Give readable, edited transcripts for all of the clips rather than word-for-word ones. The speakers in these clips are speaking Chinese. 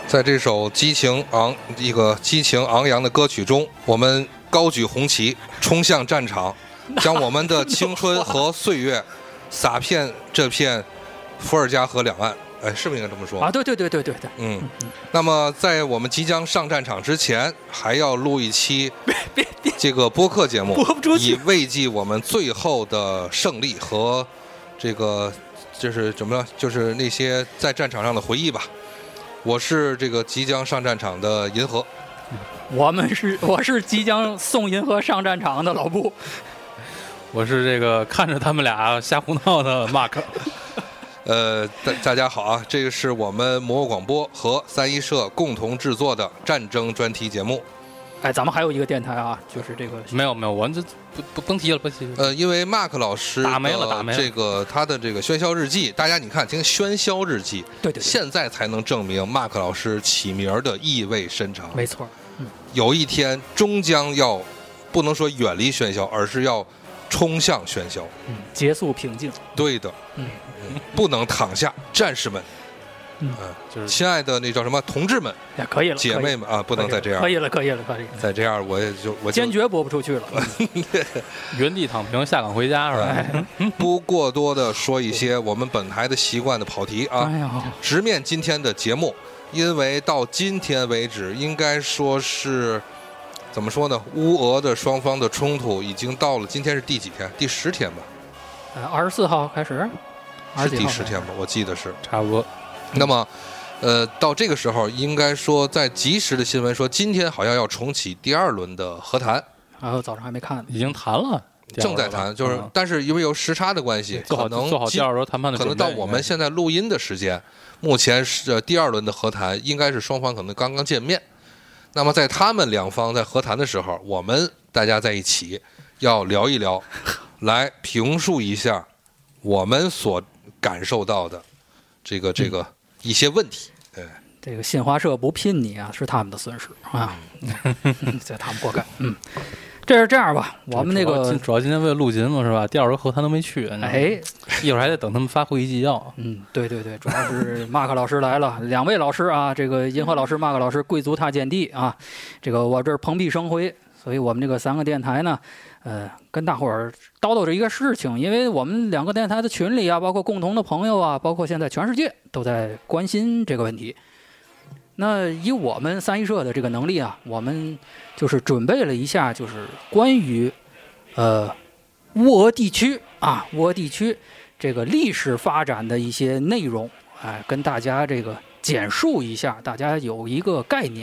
在这首激情昂扬的歌曲中，我们高举红旗，冲向战场，将我们的青春和岁月洒遍这片伏尔加河两岸。哎，是不是应该这么说啊？对。 那么在我们即将上战场之前，还要录一期这个播客节目，以慰藉我们最后的胜利和这个就是怎么样，就是那些在战场上的回忆吧。我是这个即将上战场的银河， 我是即将送银河上战场的老布， 我是这个看着他们俩瞎胡闹的 Mark。 大家好啊，这个是我们魔偶广播和三一社共同制作的战争专题节目。 哎，咱们还有一个电台啊，就是这个没有，我这甭提了。 因为 Mark 老师打没了这个他的这个喧嚣日记，大家你看听喧嚣日记， 对， 现在才能证明 Mark 老师起名的意味深长。 没错， 有一天终将要不能说远离喧嚣，而是要冲向喧嚣， 结束平静。 对的，不能躺下，战士们。就是亲爱的那叫什么同志们， 也可以了， 姐妹们啊，不能再这样， 可以了， 再这样我坚决播不出去了， 原地躺平，下岗回家是吧？ 不过多的说一些我们本台的习惯的跑题啊，直面今天的节目，因为到今天为止，应该说是怎么说呢？乌俄的双方的冲突已经到了今天是第几天？第10天吧 ？24号开始， 是第10天吧？我记得是差不多。 那么，到这个时候，应该说在及时的新闻说，今天好像要重启第2轮的和谈。 早上还没看， 已经谈了， 正在谈，就是，但是因为有时差的关系，可能做好第2轮谈判的准备。 可能到我们现在录音的时间，目前是第2轮的和谈，应该是双方可能刚刚见面。那么在他们两方在和谈的时候，我们大家在一起要聊一聊，来评述一下我们所感受到的这个一些问题。 这个新华社不聘你啊，是他们的损失啊，这他们活该。这是这样吧，我们那个主要今天为了录节目是吧？第2轮和谈都没去， 哎， 一会儿还得等他们发会议纪要。 对，主要是 Mark 老师来了，2位老师啊，这个银河老师、Mark 老师贵族踏践地啊，这个我这儿蓬荜生辉，所以我们这个3个电台呢，跟大伙儿叨叨着一个事情，因为我们2个电台的群里啊，包括共同的朋友啊，包括现在全世界都在关心这个问题。那以我们三一社的这个能力啊，我们就是准备了一下，就是关于乌俄地区这个历史发展的一些内容，跟大家这个简述一下，大家有一个概念。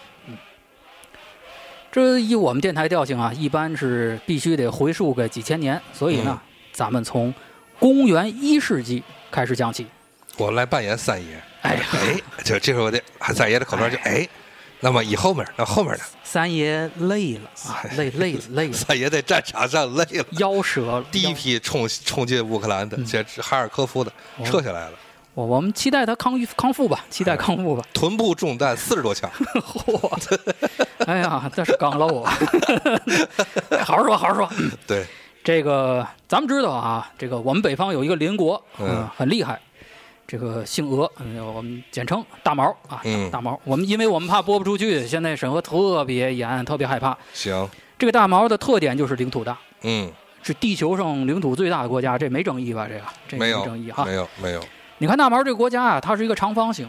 这以我们电台调性啊，一般是必须得回溯个几千年，所以呢，咱们从公元1世纪开始讲起。 我来扮演三爷。就这回我得三爷的口头就那么后面呢？ 三爷累了啊，累了。 三爷在战场上累了， 腰折了。 第一批冲进乌克兰的，这哈尔科夫的撤下来了。 我们期待他康复吧， 臀部中弹40多枪。 嚯！哎呀，这是刚漏啊！好好说。 对， 这个咱们知道啊，这个我们北方有一个邻国，很厉害。这个姓俄，我们简称大毛啊，大毛。因为我们怕播不出去，现在审核特别严，特别害怕。 行， 这个大毛的特点就是领土大， 是地球上领土最大的国家，这没争议吧？这没争议哈， 没有。 你看大毛这个国家啊，它是一个长方形，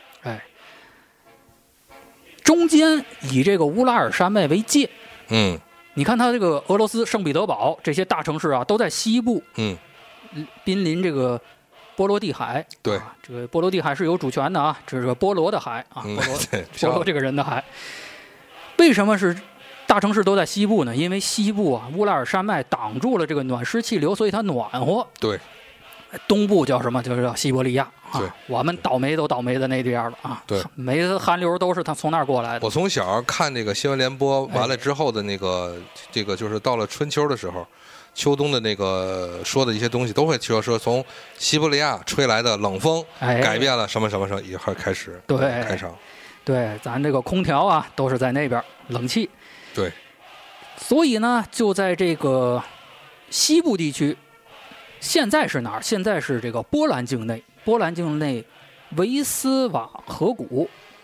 中间以这个乌拉尔山脉为界，你看它这个俄罗斯圣彼得堡这些大城市啊，都在西部，濒临这个波罗的海。 对， 这个波罗的海是有主权的啊，这是个波罗的海啊，波罗这个人的海。为什么是大城市都在西部呢？因为西部啊，乌拉尔山脉挡住了这个暖湿气流，所以它暖和。 对， 东部叫什么？就是叫西伯利亚啊。 对， 我们倒霉都倒霉在那边了啊。 对， 每个寒流都是他从那儿过来的。 我从小看这个新闻联播完了之后的那个，这个就是到了春秋的时候。秋冬的那个说的一些东西，都会说从西伯利亚吹来的冷风，改变了什么，一会儿开始开场。 对，咱这个空调啊，都是在那边冷气。 对， 所以呢，就在这个西部地区，现在是哪儿？现在是这个波兰境内，维斯瓦河谷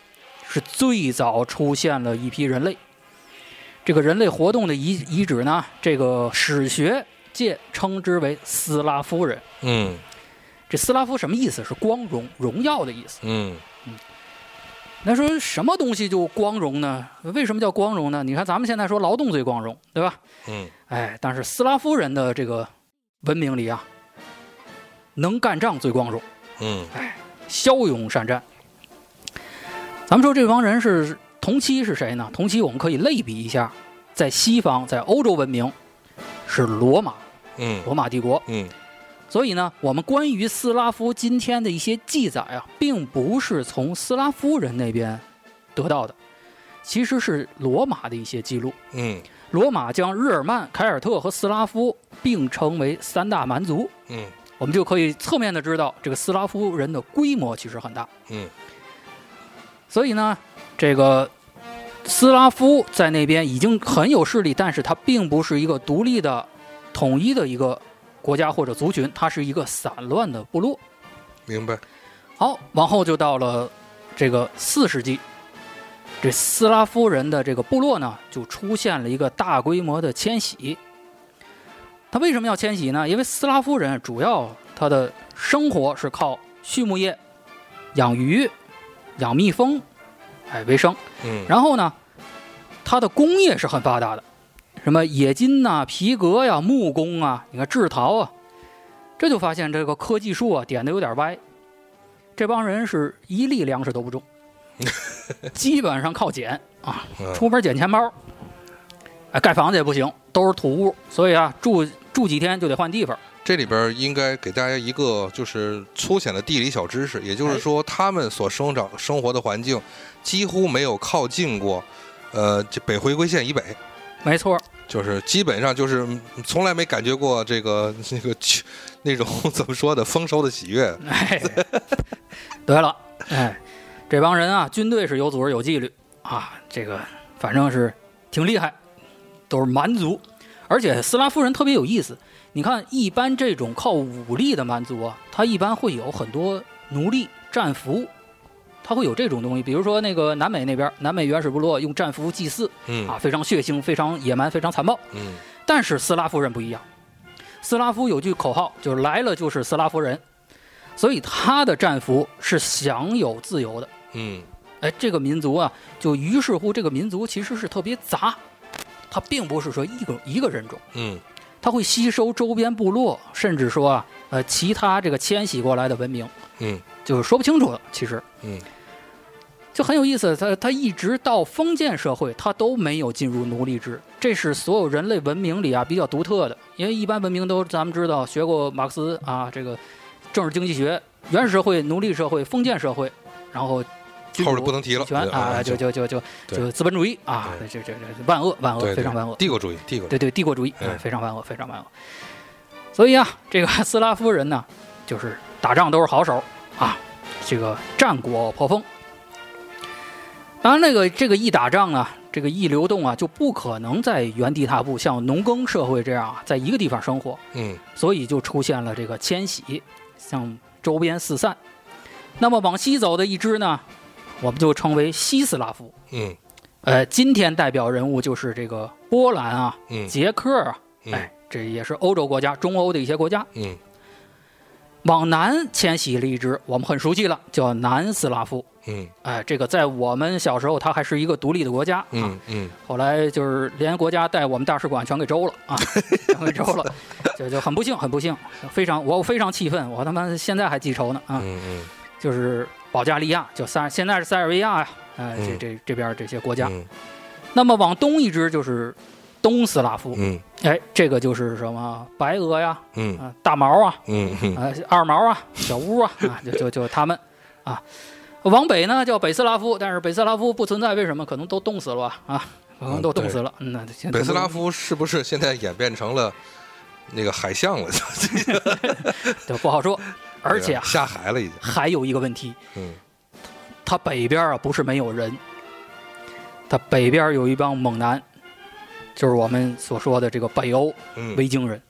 是最早出现了一批人类。这个人类活动的遗址呢，这个史学界称之为斯拉夫人。这斯拉夫什么意思？是光荣、荣耀的意思。那说什么东西就光荣呢？为什么叫光荣呢？你看咱们现在说劳动最光荣，对吧？但是斯拉夫人的这个文明里啊，能干仗最光荣。骁勇善战。咱们说这帮人是同期是谁呢？同期我们可以类比一下，在西方，在欧洲文明是罗马，罗马帝国。所以呢，我们关于斯拉夫今天的一些记载啊，并不是从斯拉夫人那边得到的，其实是罗马的一些记录。罗马将日耳曼、凯尔特和斯拉夫并称为三大蛮族。我们就可以侧面的知道，这个斯拉夫人的规模其实很大。所以呢，这个斯拉夫在那边已经很有势力，但是它并不是一个独立的、统一的一个国家或者族群，它是一个散乱的部落。 明白。 好，往后就到了这个4世纪，这斯拉夫人的这个部落呢，就出现了一个大规模的迁徙。他为什么要迁徙呢？因为斯拉夫人主要他的生活是靠畜牧业、养鱼、养蜜蜂，为生。然后呢，他的工业是很发达的，什么冶金呐、皮革呀、木工啊，你看制陶啊，这就发现这个科技树啊点的有点歪。这帮人是一粒粮食都不种，基本上靠捡啊，出门捡钱包。盖房子也不行，都是土屋，所以啊，住几天就得换地方。 这里边应该给大家一个就是粗浅的地理小知识，也就是说，他们所生活的环境几乎没有靠近过，这北回归线以北。 没错， 就是基本上就是从来没感觉过那种怎么说的丰收的喜悦。 对了，这帮人啊，军队是有组织有纪律啊，这个反正是挺厉害。都是蛮族，而且斯拉夫人特别有意思。你看，一般这种靠武力的蛮族啊，他一般会有很多奴隶、战俘，他会有这种东西。比如说那个南美那边，南美原始部落用战俘祭祀，非常血腥、非常野蛮、非常残暴。但是斯拉夫人不一样，斯拉夫有句口号，就是来了就是斯拉夫人，所以他的战俘是享有自由的。这个民族啊，就于是乎这个民族其实是特别杂。它并不是说一个人种，它会吸收周边部落，甚至说其他这个迁徙过来的文明，就是说不清楚了。其实，就很有意思。它一直到封建社会，它都没有进入奴隶制，这是所有人类文明里啊比较独特的。因为一般文明都咱们知道学过马克思啊，这个政治经济学，原始社会、奴隶社会、封建社会，然后。 后边不能提了， 就资本主义啊，这万恶，非常万恶。 帝国主义， 对帝国主义，非常万恶，非常万恶。所以啊，这个斯拉夫人呢，就是打仗都是好手啊，这个战果颇丰。当然，这个一打仗啊，这个一流动啊，就不可能在原地踏步，像农耕社会这样啊，在一个地方生活。所以就出现了这个迁徙，向周边四散。那么往西走的一支呢？我们就称为西斯拉夫。今天代表人物就是这个波兰啊、捷克啊，这也是欧洲国家、中欧的一些国家。往南迁徙了一支，我们很熟悉了，叫南斯拉夫。这个在我们小时候，它还是一个独立的国家啊。后来就是连国家带我们大使馆全给周了啊，全给周了，就很不幸，很不幸，我非常气愤，我他妈现在还记仇呢啊。就是保加利亚，现在是塞尔维亚呀，这边这些国家。那么往东一支就是东斯拉夫，这个就是什么白俄呀，大毛啊，二毛啊，小乌啊，就他们啊。往北呢叫北斯拉夫，但是北斯拉夫不存在，为什么？可能都冻死了吧？可能都冻死了。那北斯拉夫是不是现在演变成了那个海象了？ 这不好说。而且下海了已经。 还有一个问题，它北边啊不是没有人，它北边有一帮猛男，就是我们所说的这个北欧维京人。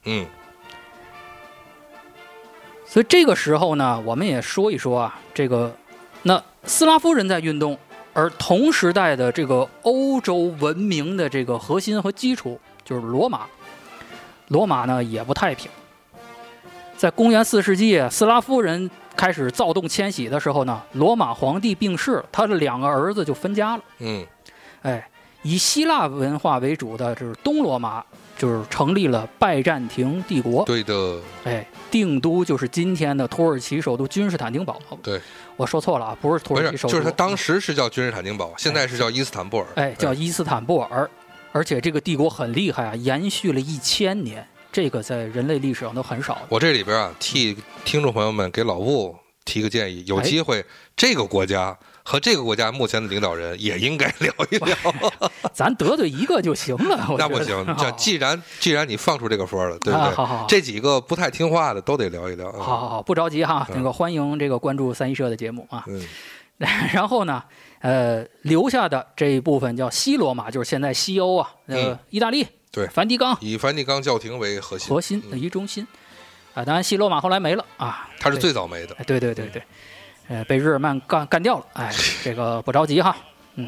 所以这个时候呢，我们也说一说啊，那斯拉夫人在运动， 而同时代的这个欧洲文明的这个核心和基础就是罗马。罗马呢也不太平，在公元4世纪，斯拉夫人开始躁动迁徙的时候呢，罗马皇帝病逝，他的2个儿子就分家了。以希腊文化为主的就是东罗马，就是成立了拜占庭帝国。 对的。 定都就是今天的土耳其首都君士坦丁堡。 对， 我说错了啊，不是土耳其首都， 就是他当时是叫君士坦丁堡，现在是叫伊斯坦布尔。 叫伊斯坦布尔。而且这个帝国很厉害啊，延续了1000年，这个在人类历史上都很少。 我这里边啊，替听众朋友们给老吴提个建议，有机会这个国家和这个国家目前的领导人也应该聊一聊。 咱得罪一个就行了。 那不行，这既然你放出这个风了，对不对？ 好， 这几个不太听话的都得聊一聊。 好，不着急哈，那个欢迎这个关注三一社的节目啊。然后呢，留下的这一部分叫西罗马，就是现在西欧啊，意大利， 对， 梵蒂冈， 以梵蒂冈教廷为核心的一中心啊。当然，西罗马后来没了啊， 它是最早没的。 对，被日耳曼干掉了。这个不着急哈。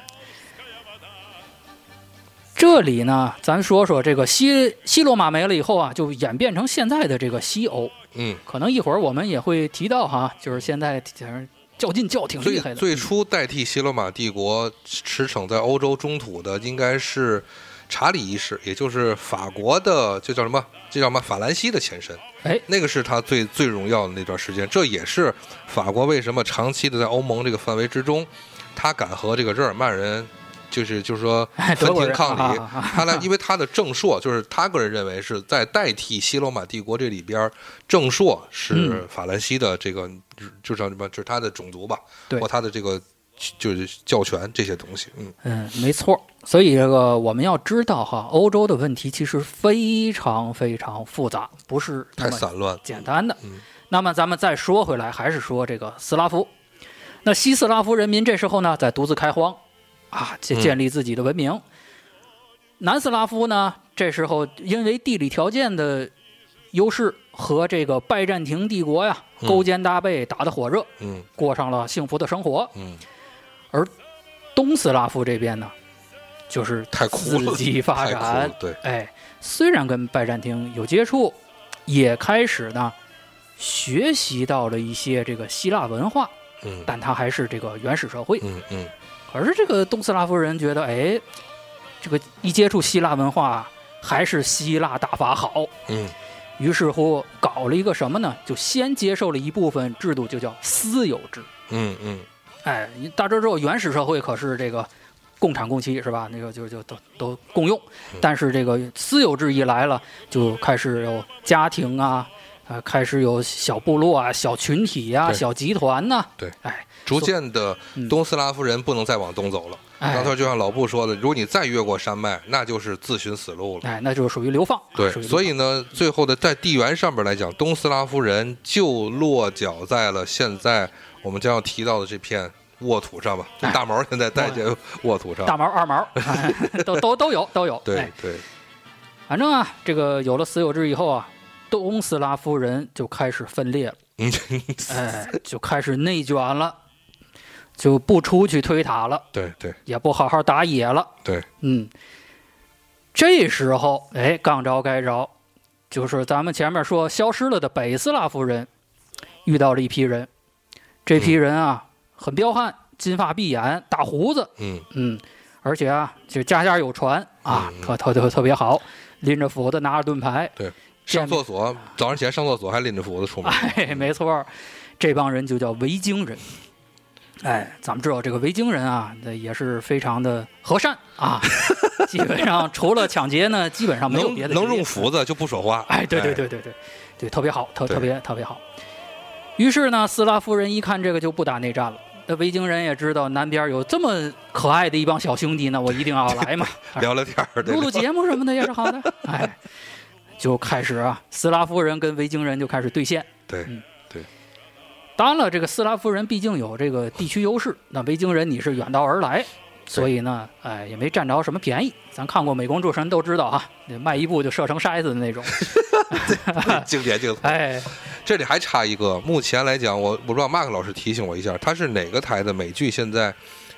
这里呢，咱说说这个西罗马没了以后啊，就演变成现在的这个西欧。可能一会儿我们也会提到哈，就是现在较劲挺厉害的。 最初代替西罗马帝国驰骋在欧洲中土的，应该是查理一世，也就是法国的，这叫什么法兰西的前身。那个是他最荣耀的那段时间，这也是法国为什么长期的在欧盟这个范围之中，他敢和这个日耳曼人就是说分庭抗礼。他因为他的正朔，就是他个人认为是在代替西罗马帝国这里边，正朔是法兰西的这个，就是什么，就是他的种族吧，或他的这个就是教权这些东西。 没错。所以这个我们要知道哈，欧洲的问题其实非常非常复杂，不是太散乱简单的。那么咱们再说回来，还是说这个斯拉夫。那西斯拉夫人民这时候呢，在独自开荒啊，建立自己的文明。南斯拉夫呢，这时候因为地理条件的优势和这个拜占庭帝国呀勾肩搭背，打得火热，过上了幸福的生活。而东斯拉夫这边呢，就是自己发展。 对， 虽然跟拜占庭有接触，也开始呢学习到了一些这个希腊文化，但它还是这个原始社会。可是这个东斯拉夫人觉得，这个一接触希腊文化，还是希腊大法好。于是乎搞了一个什么呢？就先接受了一部分制度，就叫私有制。大家知道原始社会可是这个共产共妻是吧？那个就都共用。但是这个私有制一来了，就开始有家庭啊，开始有小部落啊、小群体啊、小集团呐。 对，逐渐的东斯拉夫人不能再往东走了。刚才就像老布说的，如果你再越过山脉，那就是自寻死路了。 那就是属于流放。 对，所以呢，最后的在地缘上面来讲，东斯拉夫人就落脚在了现在我们将要提到的这片沃土上吧。大毛现在在这沃土上， 大毛二毛都有。 对， 反正啊，这个有了私有制以后啊，东斯拉夫人就开始分裂了。就开始内卷了。就不出去推塔了， 对， 也不好好打野了， 对， 这时候刚着该着，就是咱们前面说消失了的北斯拉夫人遇到了一批人，这批人啊很彪悍，金发碧眼，大胡子，而且啊就家有船啊，特别好，拎着斧子，拿着盾牌， 对，上厕所早上起来上厕所还拎着斧子出门， 没错，这帮人就叫维京人。咱们知道这个维京人啊，也是非常的和善啊，基本上除了抢劫呢，基本上没有别的。 能用斧子就不说话。 对，特别好，特别好。于是呢，斯拉夫人一看这个就不打内战了。那维京人也知道南边有这么可爱的一帮小兄弟呢，我一定要来嘛， 聊聊天录节目什么的也是好的。就开始啊，斯拉夫人跟维京人就开始对线。 对。 当然了，这个斯拉夫人毕竟有这个地区优势，那维京人你是远道而来，所以呢，也没占着什么便宜。咱看过《美国诸神》都知道啊，迈一步就射成筛子的那种， 经典。这里还差一个，目前来讲，我不知道 Mark 老师提醒我一下，他是哪个台的美剧现在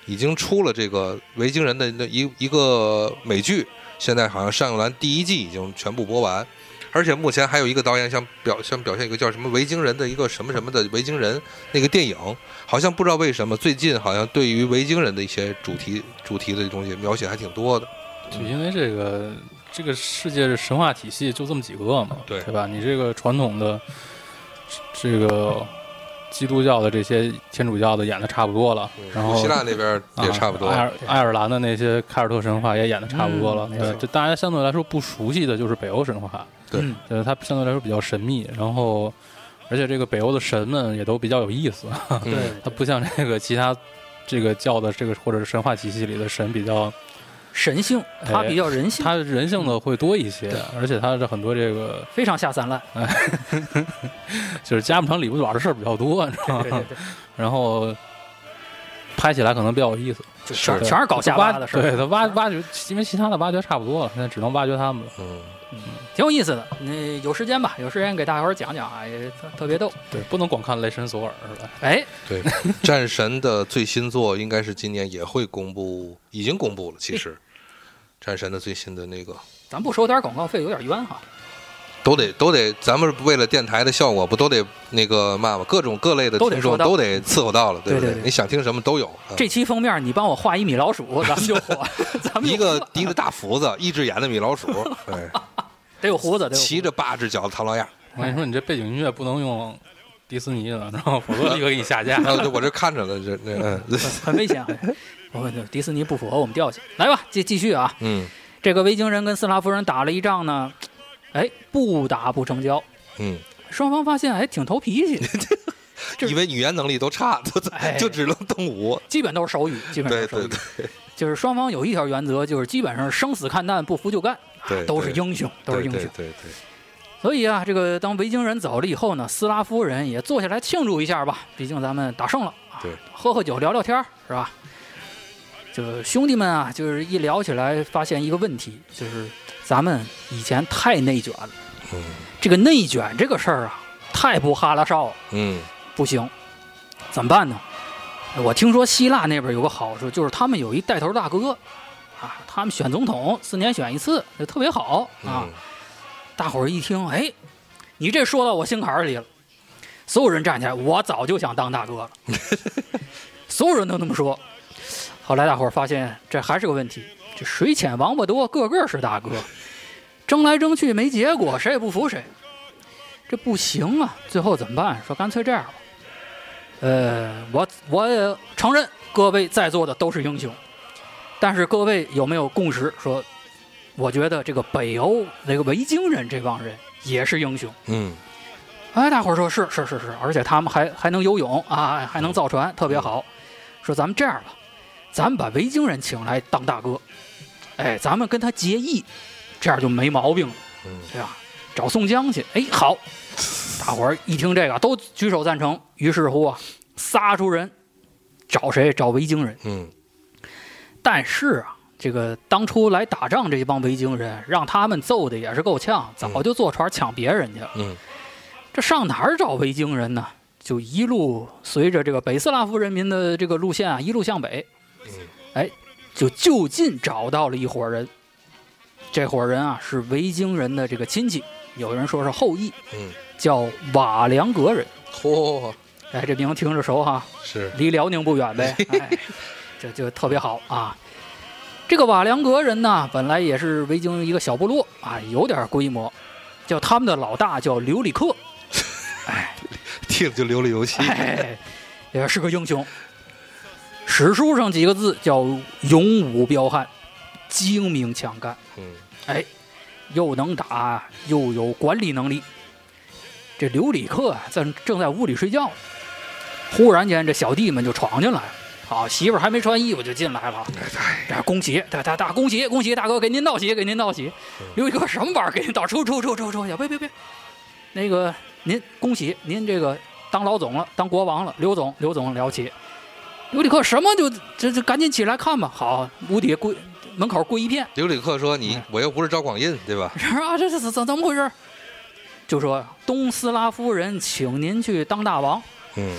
已经出了这个维京人的一个美剧，现在好像上映完第1季已经全部播完，而且目前还有一个导演想表现一个叫什么维京人的一个什么什么的维京人那个电影，好像不知道为什么最近好像对于维京人的一些主题的东西描写还挺多的。 就因为这个世界的神话体系就这么几个嘛，对吧？你这个传统的这个基督教的这些天主教的演的差不多了，然后希腊那边也差不多， 爱尔兰的那些凯尔特神话也演的差不多了。对，就大家相对来说不熟悉的就是北欧神话， 对， 就是它相对来说比较神秘，然后而且这个北欧的神们也都比较有意思， 对， 它不像这个其他这个教的这个或者是神话体系里的神比较神性，它比较人性， 它人性的会多一些，而且它的很多这个非常下三滥， 就是家不成理不短的事儿比较多，你知道吗？ 对， 然后拍起来可能比较有意思， 全是搞下巴的事儿。 对，他挖掘，因为其他的挖掘差不多了，现在只能挖掘他们了。 挺有意思的。那有时间吧，有时间给大伙儿讲讲啊，也特别逗。 对，不能光看雷神索尔是吧？ 哎， 对，战神的最新作应该是今年也会公布，已经公布了。其实，战神的最新的那个， 咱不收点广告费有点冤哈。 都得，咱们为了电台的效果，不都得那个嘛各种各类的听众都得伺候到了，对不对？你想听什么都有。 这期封面你帮我画一米老鼠，咱们就火。咱们一个提着大胡子、一只眼的米老鼠，对， 得有胡子， 骑着8只脚的唐老鸭。 我跟你说，你这背景音乐不能用迪士尼的，然后否则立刻给你下架。 我这看着了， 很危险。迪士尼不符合我们调性。来吧，继续啊。这个维京人跟斯拉夫人打了一仗呢。哎，不打不成交。双方发现哎挺投脾气， 因为语言能力都差，就只能动武， 基本都是手语，基本都是手语。对，就是双方有一条原则，就是基本上生死看淡，不服就干，都是英雄，都是英雄。 对。 所以啊，这个当维京人走了以后呢，斯拉夫人也坐下来庆祝一下吧，毕竟咱们打胜了， 对， 喝酒聊聊天是吧？就兄弟们啊，就是一聊起来，发现一个问题，就是咱们以前太内卷了。这个内卷这个事儿啊，太不哈拉少了。不行，怎么办呢？我听说希腊那边有个好处，就是他们有一带头大哥啊，他们选总统4年选一次，就特别好啊。大伙儿一听，哎，你这说到我心坎里了，所有人站起来，我早就想当大哥了。所有人都那么说。后来大伙儿发现这还是个问题，这水浅王八多，个个是大哥，争来争去没结果，谁也不服谁，这不行啊！最后怎么办？说干脆这样吧，我也承认各位在座的都是英雄，但是各位有没有共识？说我觉得这个北欧那个维京人这帮人也是英雄。哎，大伙儿说是，而且他们还能游泳啊，还能造船，特别好。说咱们这样吧。咱们把维京人请来当大哥，哎，咱们跟他结义，这样就没毛病了，对吧？找宋江去，哎，好，大伙儿一听这个都举手赞成，于是乎啊，撒出人找谁？找维京人。但是啊，这个当初来打仗这帮维京人，让他们揍的也是够呛，早就坐船抢别人去了。这上哪儿找维京人呢？就一路随着这个北斯拉夫人民的这个路线啊，一路向北。哎，就近找到了一伙人，这伙人啊是维京人的这个亲戚，有人说是后裔，叫瓦良格人。哎，这名听着熟哈， 是离辽宁不远呗，哎，这就特别好啊。这个瓦良格人呢，本来也是维京一个小部落啊，有点规模，叫他们的老大叫刘里克，哎， 听就流里游戏， 哎，也是个英雄。史书上几个字叫勇武彪悍，精明强干。哎，又能打又有管理能力。这刘里克啊，正在屋里睡觉，忽然间这小弟们就闯进来了。好，媳妇儿还没穿衣服就进来了。恭喜，恭喜大哥，给您道喜，给您道喜。刘里克什么玩意儿？给您道出呀！别，那个您恭喜您这个当老总了，当国王了，刘总了不起。刘里克什么就这赶紧起来看吧。好，屋底跪门口跪一片。 刘里克说：“我又不是赵广印，对吧？” 是啊，这怎么回事？就说东斯拉夫人请您去当大王。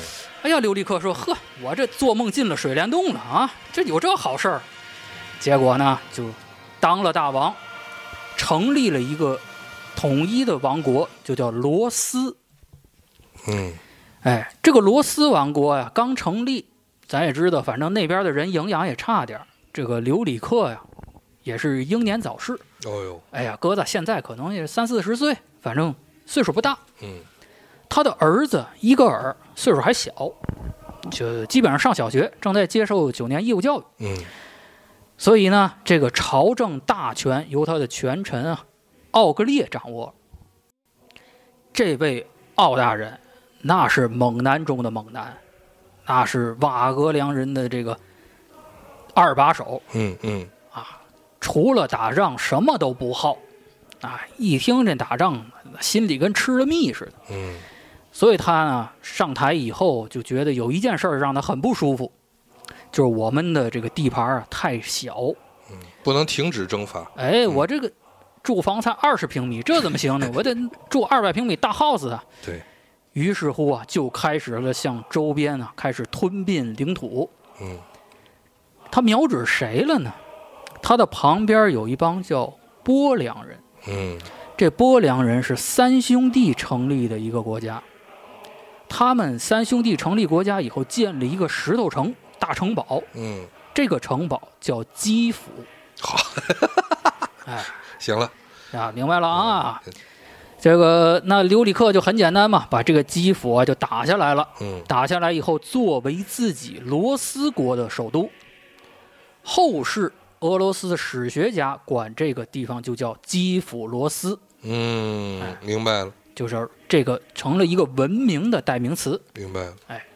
哎呀，刘立克说：“呵，我这做梦进了水帘洞了啊！这有这好事儿。”结果呢，就当了大王，成立了一个统一的王国，就叫罗斯。这个罗斯王国呀，刚成立，咱也知道，反正那边的人营养也差点。这个刘里克呀，也是英年早逝。哎呀，搁在现在可能也30、40岁，反正岁数不大。他的儿子伊戈尔岁数还小，就基本上上小学，正在接受9年义务教育。所以呢，这个朝政大权由他的权臣啊奥格列掌握。这位奥大人那是猛男中的猛男，那是瓦格良人的这个2把手。除了打仗什么都不好啊！一听这打仗，心里跟吃了蜜似的。所以他呢上台以后就觉得有一件事让他很不舒服，就是我们的这个地盘啊太小， 不能停止征伐。 我这个住房才20平米，这怎么行呢？我得住200平米大 house 啊！ 对于是乎啊，就开始了向周边啊开始吞并领土。他瞄准谁了呢？他的旁边有一帮叫波良人。这波良人是3兄弟成立的一个国家。他们3兄弟成立国家以后，建了一个石头城大城堡。这个城堡叫基辅。 好，行了啊，明白了啊。这个那刘里克就很简单嘛，把这个基辅啊就打下来了。打下来以后，作为自己罗斯国的首都。后世俄罗斯的史学家管这个地方就叫基辅罗斯。 明白了。 就是这个成了一个文明的代名词。 明白了。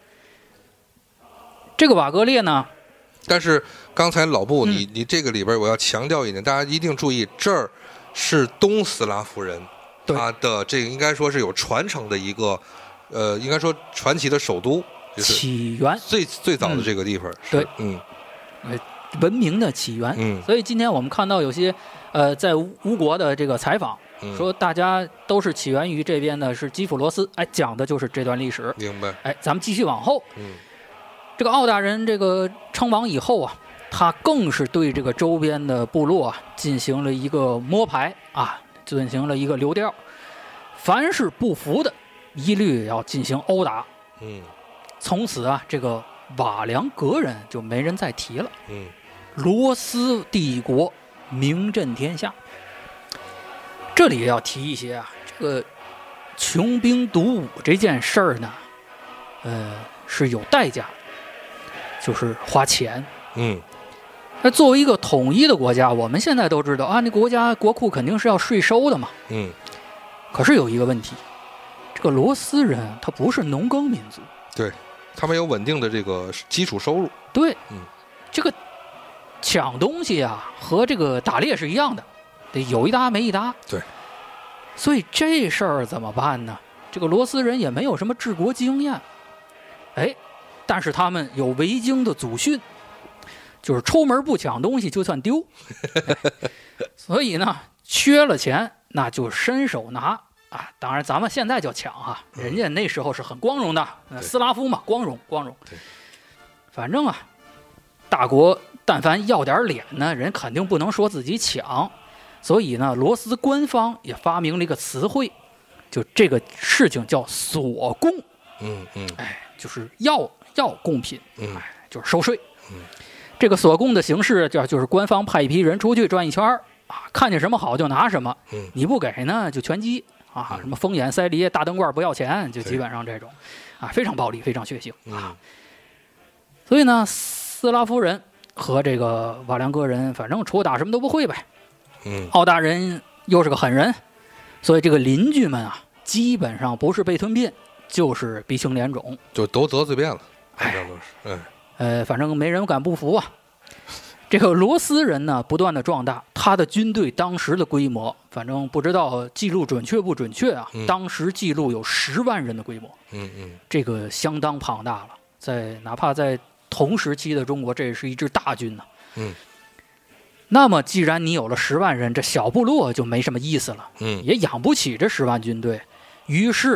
这个瓦格列呢？ 但是刚才老布，你这个里边我要强调一点，大家一定注意，这儿是东斯拉夫人，他的这个应该说是有传承的一个，应该说传奇的首都，就是起源最早的这个地方。 对，文明的起源。所以今天我们看到有些在吴国的这个采访。说大家都是起源于这边的是基辅罗斯，讲的就是这段历史。 明白。 咱们继续往后。这个奥大人这个称王以后啊，他更是对这个周边的部落啊进行了一个摸排啊，进行了一个流调，凡是不服的，一律要进行殴打。从此啊，这个瓦良格人就没人再提了。罗斯帝国名震天下。这里要提一些啊，这个穷兵黩武这件事儿呢，是有代价，就是花钱。那作为一个统一的国家，我们现在都知道啊，那国家国库肯定是要税收的嘛。可是有一个问题，这个罗斯人他不是农耕民族， 对，他们有稳定的这个基础收入。 对，这个抢东西啊，和这个打猎是一样的。得有一搭没一搭。 对， 所以这事儿怎么办呢？这个罗斯人也没有什么治国经验，但是他们有维京的祖训，就是出门不抢东西就算丢。所以呢，缺了钱那就伸手拿啊！当然咱们现在叫抢哈，人家那时候是很光荣的，斯拉夫嘛，光荣。反正啊，大国但凡要点脸呢，人肯定不能说自己抢。所以呢，罗斯官方也发明了一个词汇，就这个事情叫索贡。就是要贡品，就是收税。这个索贡的形式就是官方派一批人出去转一圈啊，看见什么好就拿什么，你不给呢就拳击啊，什么风眼塞梨大灯罐不要钱，就基本上这种啊，非常暴力，非常血腥啊。所以呢，斯拉夫人和这个瓦良格人，反正除打什么都不会呗。奥大人又是个狠人，所以这个邻居们啊，基本上不是被吞并，就是鼻青脸肿， 就都得罪遍了。 反正没人敢不服啊。这个罗斯人呢，不断的壮大，他的军队当时的规模，反正不知道记录准确不准确啊。当时记录有10万人的规模，这个相当庞大了。哪怕在同时期的中国，这也是一支大军呢。那么既然你有了10万人，这小部落就没什么意思了，也养不起这10万军队。于是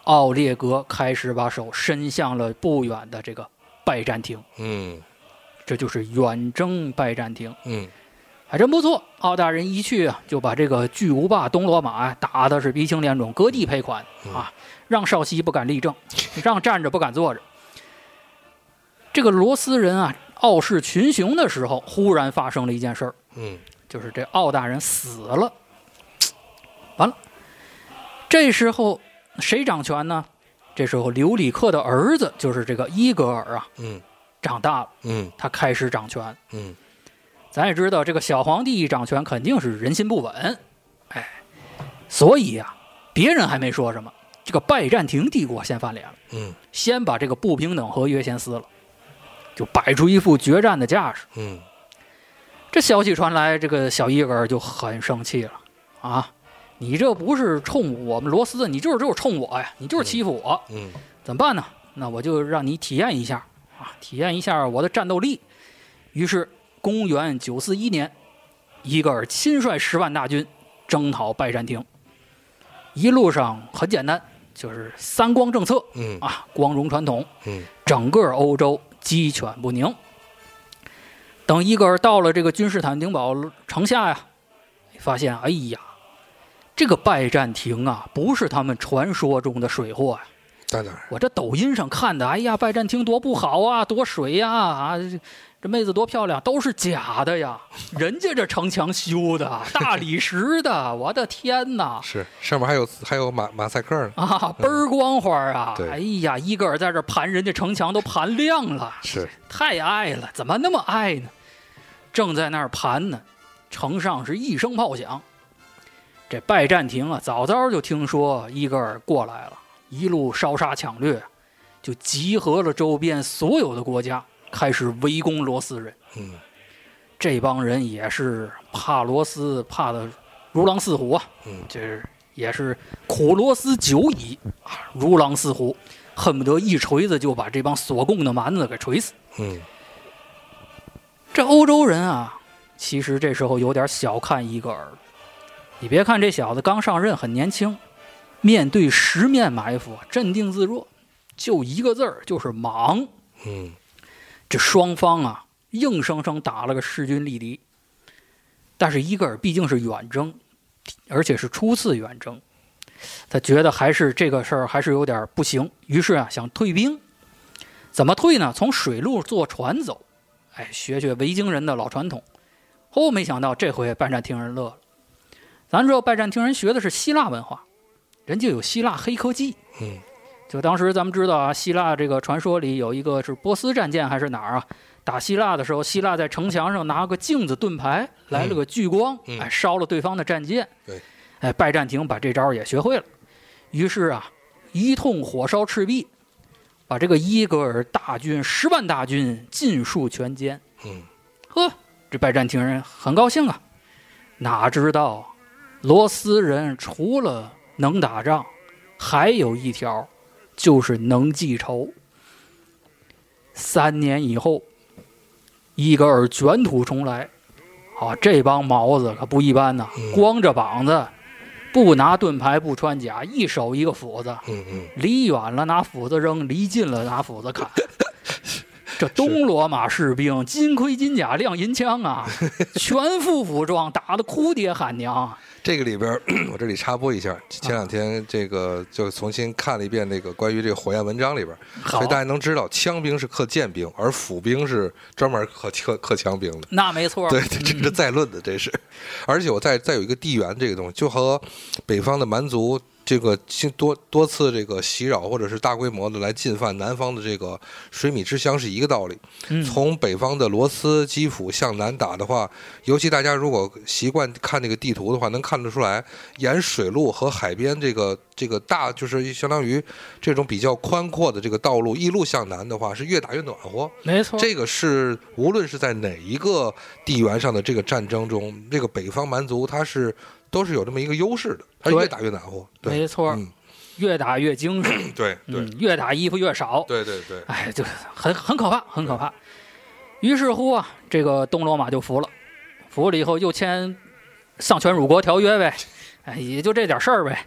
奥列格开始把手伸向了不远的这个拜占庭。这就是远征拜占庭。还真不错。奥大人一去啊，就把这个巨无霸东罗马打的是鼻青脸肿，割地赔款啊，让少西不敢立正，让站着不敢坐着。这个罗斯人啊，傲视群雄的时候，忽然发生了一件事儿。就是这奥大人死了。完了，这时候谁掌权呢？这时候刘里克的儿子，就是这个伊格尔啊，长大了，他开始掌权。咱也知道，这个小皇帝一掌权肯定是人心不稳，所以啊，别人还没说什么，这个拜占庭帝国先翻脸了，先把这个不平等合约先撕了，就摆出一副决战的架势。这消息传来，这个小伊格尔就很生气了啊！你这不是冲我们罗斯，你就是冲我呀，你就是欺负我。怎么办呢？那我就让你体验一下啊，体验一下我的战斗力。于是，公元941年，伊格尔亲率10万大军征讨拜占庭。一路上很简单，就是三光政策，光荣传统，整个欧洲鸡犬不宁。等伊格尔到了这个君士坦丁堡城下呀，发现哎呀，这个拜占庭啊，不是他们传说中的水货呀。 当然， 我这抖音上看的，哎呀，拜占庭多不好啊，多水呀，啊，这妹子多漂亮，都是假的呀！人家这城墙修的，大理石的，我的天哪！ 是上面还有马赛克呢啊，倍儿光滑啊！ 对， 哎呀，伊格尔在这盘人家城墙都盘亮了， 是太爱了，怎么那么爱呢？正在那儿盘呢，城上是一声炮响。这拜占庭啊，早早就听说伊格尔过来了，一路烧杀抢掠，就集合了周边所有的国家，开始围攻罗斯人。这帮人也是怕罗斯，怕的如狼似虎啊。这也是苦罗斯久矣啊，如狼似虎，恨不得一锤子就把这帮所供的蛮子给锤死。这欧洲人啊，其实这时候有点小看伊格尔。你别看这小子刚上任很年轻，面对十面埋伏，镇定自若，就一个字儿，就是莽。这双方啊，硬生生打了个势均力敌。但是伊格尔毕竟是远征，而且是初次远征，他觉得还是这个事儿还是有点不行，于是啊，想退兵。怎么退呢？从水路坐船走。学维京人的老传统。没想到这回拜占庭人乐了。咱知道拜占庭人学的是希腊文化，人家有希腊黑科技。就当时咱们知道啊，希腊这个传说里有一个是波斯战舰还是哪儿啊，打希腊的时候，希腊在城墙上拿个镜子盾牌来了个聚光，烧了对方的战舰。拜占庭把这招也学会了，于是啊，一通火烧赤壁，把这个伊格尔大军10万大军尽数全歼。这拜占庭人很高兴啊，哪知道罗斯人除了能打仗，还有一条，就是能记仇。3年以后，伊格尔卷土重来。这帮毛子可不一般呐，光着膀子，不拿盾牌，不穿甲，一手一个斧子，离远了拿斧子扔，离近了拿斧子砍。这东罗马士兵金盔金甲亮银枪啊，全副武装，打得哭爹喊娘。 这个里边我这里插播一下，前2天这个就重新看了一遍那个关于这个火焰文章里边，所以大家能知道枪兵是克剑兵，而府兵是专门克枪兵的。 那没错， 对，这是再论的，这是。而且我再有一个地缘这个东西，就和北方的蛮族这个多次这个袭扰或者是大规模的来进犯南方的这个水米之乡是一个道理。从北方的罗斯基辅向南打的话，尤其大家如果习惯看那个地图的话，能看得出来，沿水路和海边这个大，就是相当于这种比较宽阔的这个道路一路向南的话，是越打越暖和。 没错， 这个是无论是在哪一个地缘上的这个战争中，这个北方蛮族它是都是有这么一个优势的，它越打越暖和。 没错，越打越精神。 对， 越打衣服越少。 对， 就很可怕，很可怕。于是乎啊，这个东罗马就服了，服了以后又签丧权辱国条约呗，也就这点事儿呗。 对，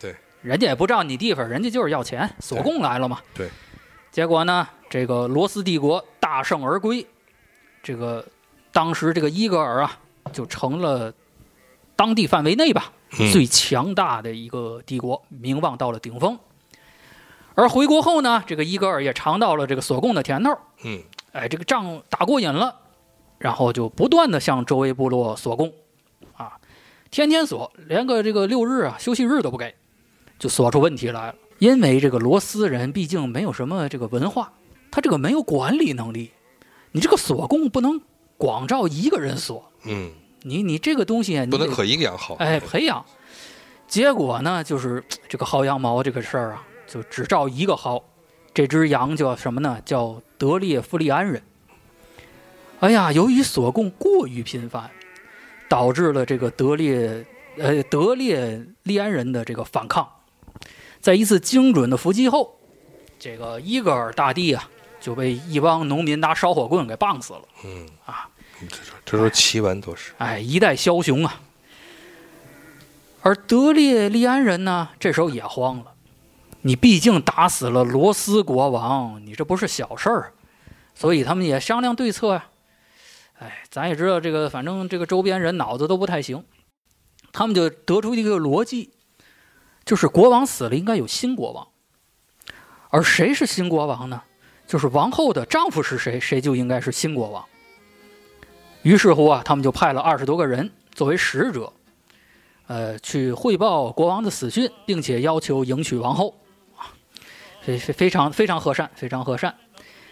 人家也不占你地方，人家就是要钱，索贡来了嘛。 对。 结果呢，这个罗斯帝国大胜而归，这个当时这个伊戈尔啊，就成了当地范围内吧最强大的一个帝国，名望到了顶峰。而回国后呢，这个伊戈尔也尝到了这个索贡的甜头，这个仗打过瘾了，然后就不断的向周围部落索贡，天天索，连个这个6日啊休息日都不给，就索出问题来了。因为这个罗斯人毕竟没有什么这个文化，他这个没有管理能力，你这个索贡不能光照一个人索，你这个东西你不能可以养好， 培养。结果呢，就是这个薅羊毛这个事儿啊，就只照一个薅，这只羊叫什么呢？叫德列夫利安人。哎呀，由于索贡过于频繁，导致了这个德列利安人的这个反抗。在一次精准的伏击后，这个伊戈尔大帝啊就被一帮农民拿烧火棍给棒死了。 这说奇闻都是。 一代枭雄啊。而德列利安人呢，这时候也慌了，你毕竟打死了罗斯国王，你这不是小事儿，所以他们也商量对策呀。咱也知道这个，反正这个周边人脑子都不太行，他们就得出一个逻辑。就是国王死了，应该有新国王，而谁是新国王呢？就是王后的丈夫是谁，谁就应该是新国王。于是乎啊，他们就派了20多个人作为使者，去汇报国王的死讯，并且要求迎娶王后，非常非常和善，非常和善。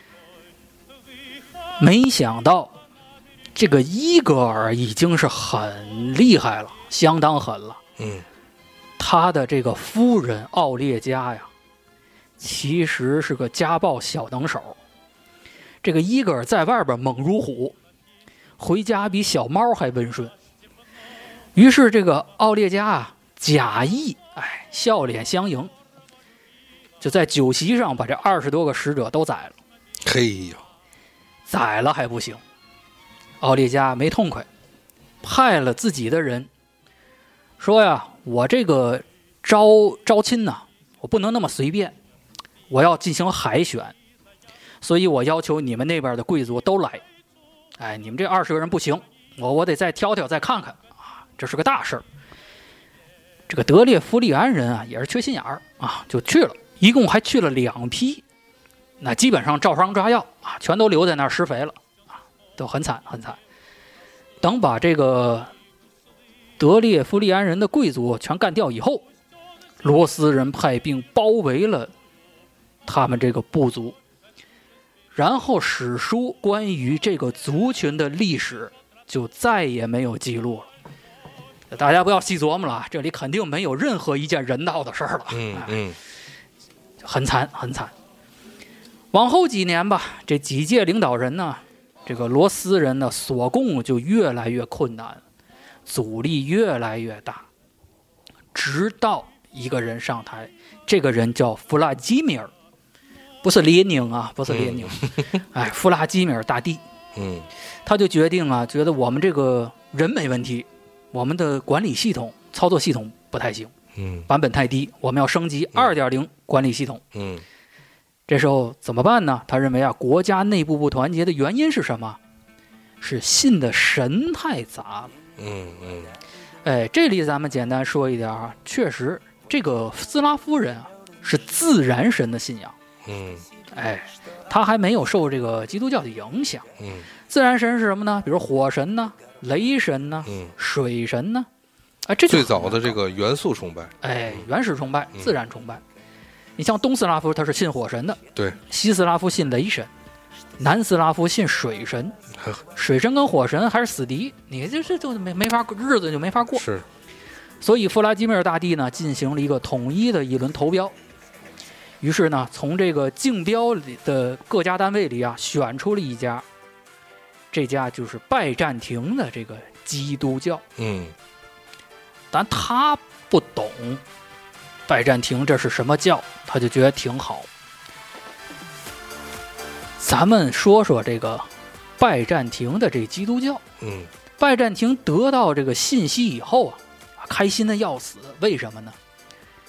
没想到，这个伊戈尔已经是很厉害了，相当狠了。他的这个夫人奥列加呀，其实是个家暴小能手。这个伊戈尔在外边猛如虎，回家比小猫还温顺。于是这个奥列加啊，假意笑脸相迎，就在酒席上把这20多个使者都宰了。 嘿呦， 宰了还不行，奥列加没痛快，派了自己的人说呀，我这个招亲呢，我不能那么随便，我要进行海选，所以我要求你们那边的贵族都来。你们这20个人不行，我得再挑挑再看看啊，这是个大事儿。这个德列夫利安人啊，也是缺心眼儿啊，就去了，一共还去了2批，那基本上照伤抓药啊，全都留在那儿施肥了啊，都很惨很惨。等把这个德列夫利安人的贵族全干掉以后，罗斯人派兵包围了他们这个部族，然后史书关于这个族群的历史就再也没有记录了。大家不要细琢磨了，这里肯定没有任何一件人道的事儿了。很惨很惨。往后几年吧，这几届领导人呢，这个罗斯人的索贡就越来越困难，阻力越来越大，直到一个人上台，这个人叫弗拉基米尔，不是列宁啊，不是列宁，弗拉基米尔大帝。他就决定啊，觉得我们这个人没问题，我们的管理系统、操作系统不太行，版本太低，我们要升级 2.0 管理系统。这时候怎么办呢？他认为啊，国家内部不团结的原因是什么？是信的神太杂了。这里咱们简单说一点啊，确实这个斯拉夫人啊是自然神的信仰。他还没有受这个基督教的影响。自然神是什么呢？比如火神呢、雷神呢、水神呢。这最早的这个元素崇拜。 原始崇拜、自然崇拜。你像东斯拉夫他是信火神的， 对； 西斯拉夫信雷神，南斯拉夫信水神。水神跟火神还是死敌，你这就没法日子就没法过。 是。 所以弗拉基米尔大帝呢进行了一个统一的一轮投标。于是呢，从这个竞标里的各家单位里啊，选出了一家，这家就是拜占庭的这个基督教。但他不懂拜占庭这是什么教，他就觉得挺好。咱们说说这个拜占庭的这基督教。拜占庭得到这个信息以后啊，开心的要死。为什么呢？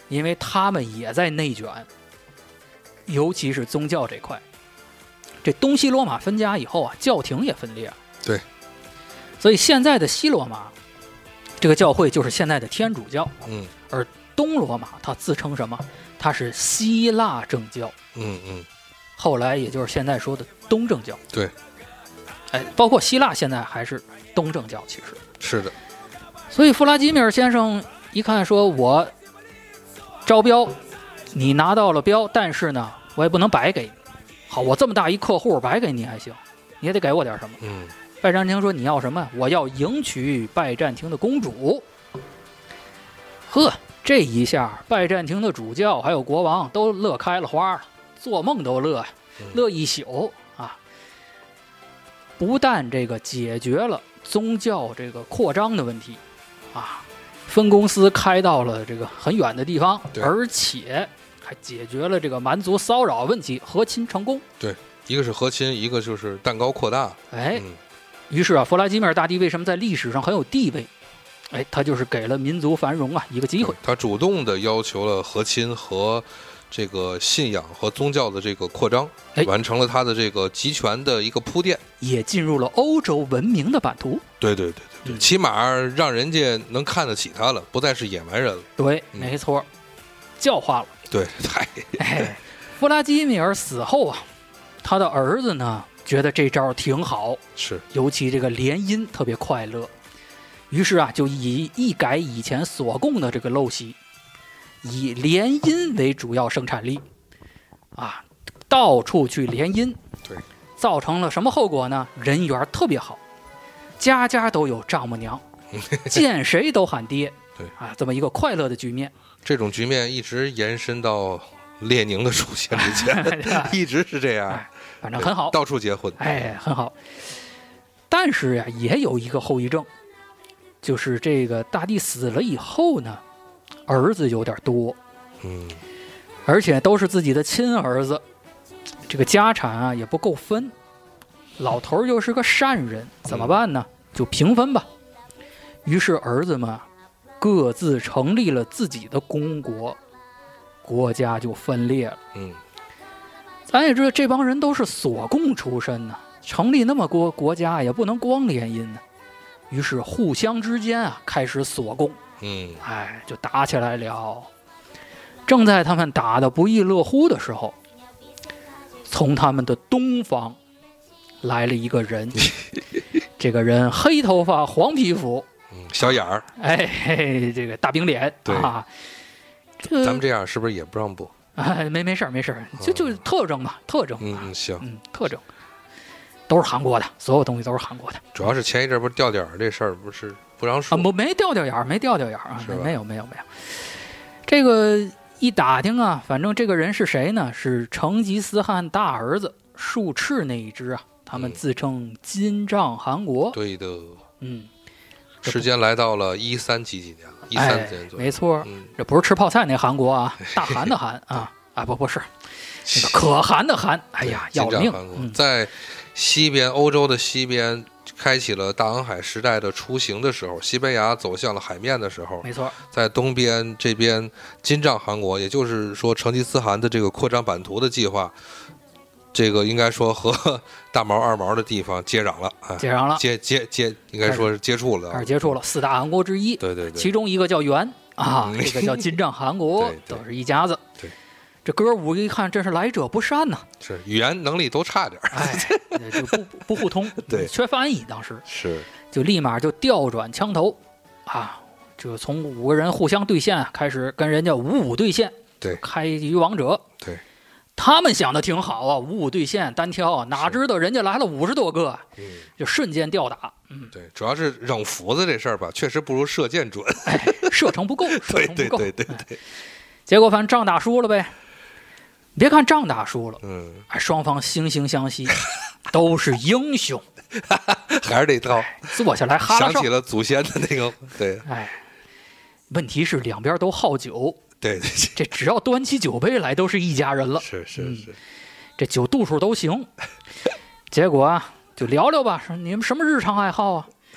因为他们也在内卷，尤其是宗教这块。这东西罗马分家以后啊，教廷也分裂了。 对， 所以现在的西罗马这个教会就是现在的天主教。而东罗马它自称什么？它是希腊正教。后来也就是现在说的东正教。 对， 包括希腊现在还是东正教，其实是的。 所以弗拉基米尔先生一看说，我招标，你拿到了标，但是呢，我也不能白给你。好，我这么大一客户，白给你还行，你也得给我点什么。拜占庭说你要什么？我要迎娶拜占庭的公主。呵，这一下拜占庭的主教还有国王都乐开了花了，做梦都乐，乐一宿啊！不但这个解决了宗教这个扩张的问题啊，分公司开到了这个很远的地方，而且还解决了这个蛮族骚扰问题，和亲成功。 对，一个是和亲，一个就是蛋糕扩大。 于是啊，弗拉基米尔大帝为什么在历史上很有地位？他就是给了民族繁荣啊一个机会。 他主动的要求了和亲和这个信仰和宗教的这个扩张，完成了他的这个集权的一个铺垫， 也进入了欧洲文明的版图。 对，起码让人家能看得起他了，不再是野蛮人了。 对，没错，教化了。 对， 弗拉基米尔死后啊，他的儿子呢觉得这招挺好， 是， 尤其这个联姻特别快乐，于是啊就一改以前所供的这个陋习，以联姻为主要生产力啊，到处去联姻。 对， 造成了什么后果呢？人缘特别好，家家都有丈母娘，见谁都喊爹。 对啊，这么一个快乐的局面。 这种局面一直延伸到列宁的出现之前，一直是这样。 反正很好， 到处结婚， 很好。但是呀，也有一个后遗症，就是这个大帝死了以后呢，儿子有点多，而且都是自己的亲儿子，这个家产啊也不够分。老头又是个善人，怎么办呢？就平分吧。于是儿子们各自成立了自己的公国，国家就分裂了。咱也知道这帮人都是所供出身呢，成立那么多国家也不能光联姻呢。于是互相之间啊开始所供，就打起来了。正在他们打得不亦乐乎的时候，从他们的东方来了一个人，这个人黑头发黄皮肤， 小眼儿， 这个大饼脸。 对啊， 咱们这样是不是也不让播？ 没事，就特征嘛，特征。 行， 特征都是韩国的，所有东西都是韩国的。 主要是前一阵不是掉点儿这事儿，不是不让说啊，没掉眼儿，没掉眼儿啊，没有。这个一打听啊，反正这个人是谁呢？是成吉思汗大儿子术赤那一支啊，他们自称金帐汗国。 对的，时间来到了13几年了，13年左右。 没错，这不是吃泡菜那韩国啊，大韩的韩啊，不是那个可汗的汗。哎呀，要命！ 在西边，欧洲的西边开启了大航海时代的雏形的时候，西班牙走向了海面的时候， 没错， 在东边这边金帐汗国，也就是说成吉思汗的这个扩张版图的计划，这个应该说和大毛二毛的地方接壤了，应该说是接触了， 开始接触了4大汗国之一。 对， 其中一个叫元啊，这个叫金帐汗国，都是一家子。 对， 这哥五个一看，真是来者不善呐， 是语言能力都差点， 就不互通， 对， 缺翻译，当时是就立马就调转枪头啊，就从5个人互相对线开始跟人家5-5对线， 对， 开局王者， 对。 他们想的挺好啊，5-5对线单挑，哪知道人家来了50多个，就瞬间吊打。 对，主要是扔斧子这事儿吧，确实不如射箭准， 射程不够，射程不够。 对。 结果反正仗打输了呗。别看仗打输了，双方惺惺相惜，都是英雄， 还是这套。 坐下来哈拉想起了祖先的那个，对。 问题是两边都好酒。 对， 这只要端起酒杯来，都是一家人了。 是， 这酒度数都行。结果啊，就聊聊吧，说你们什么日常爱好啊？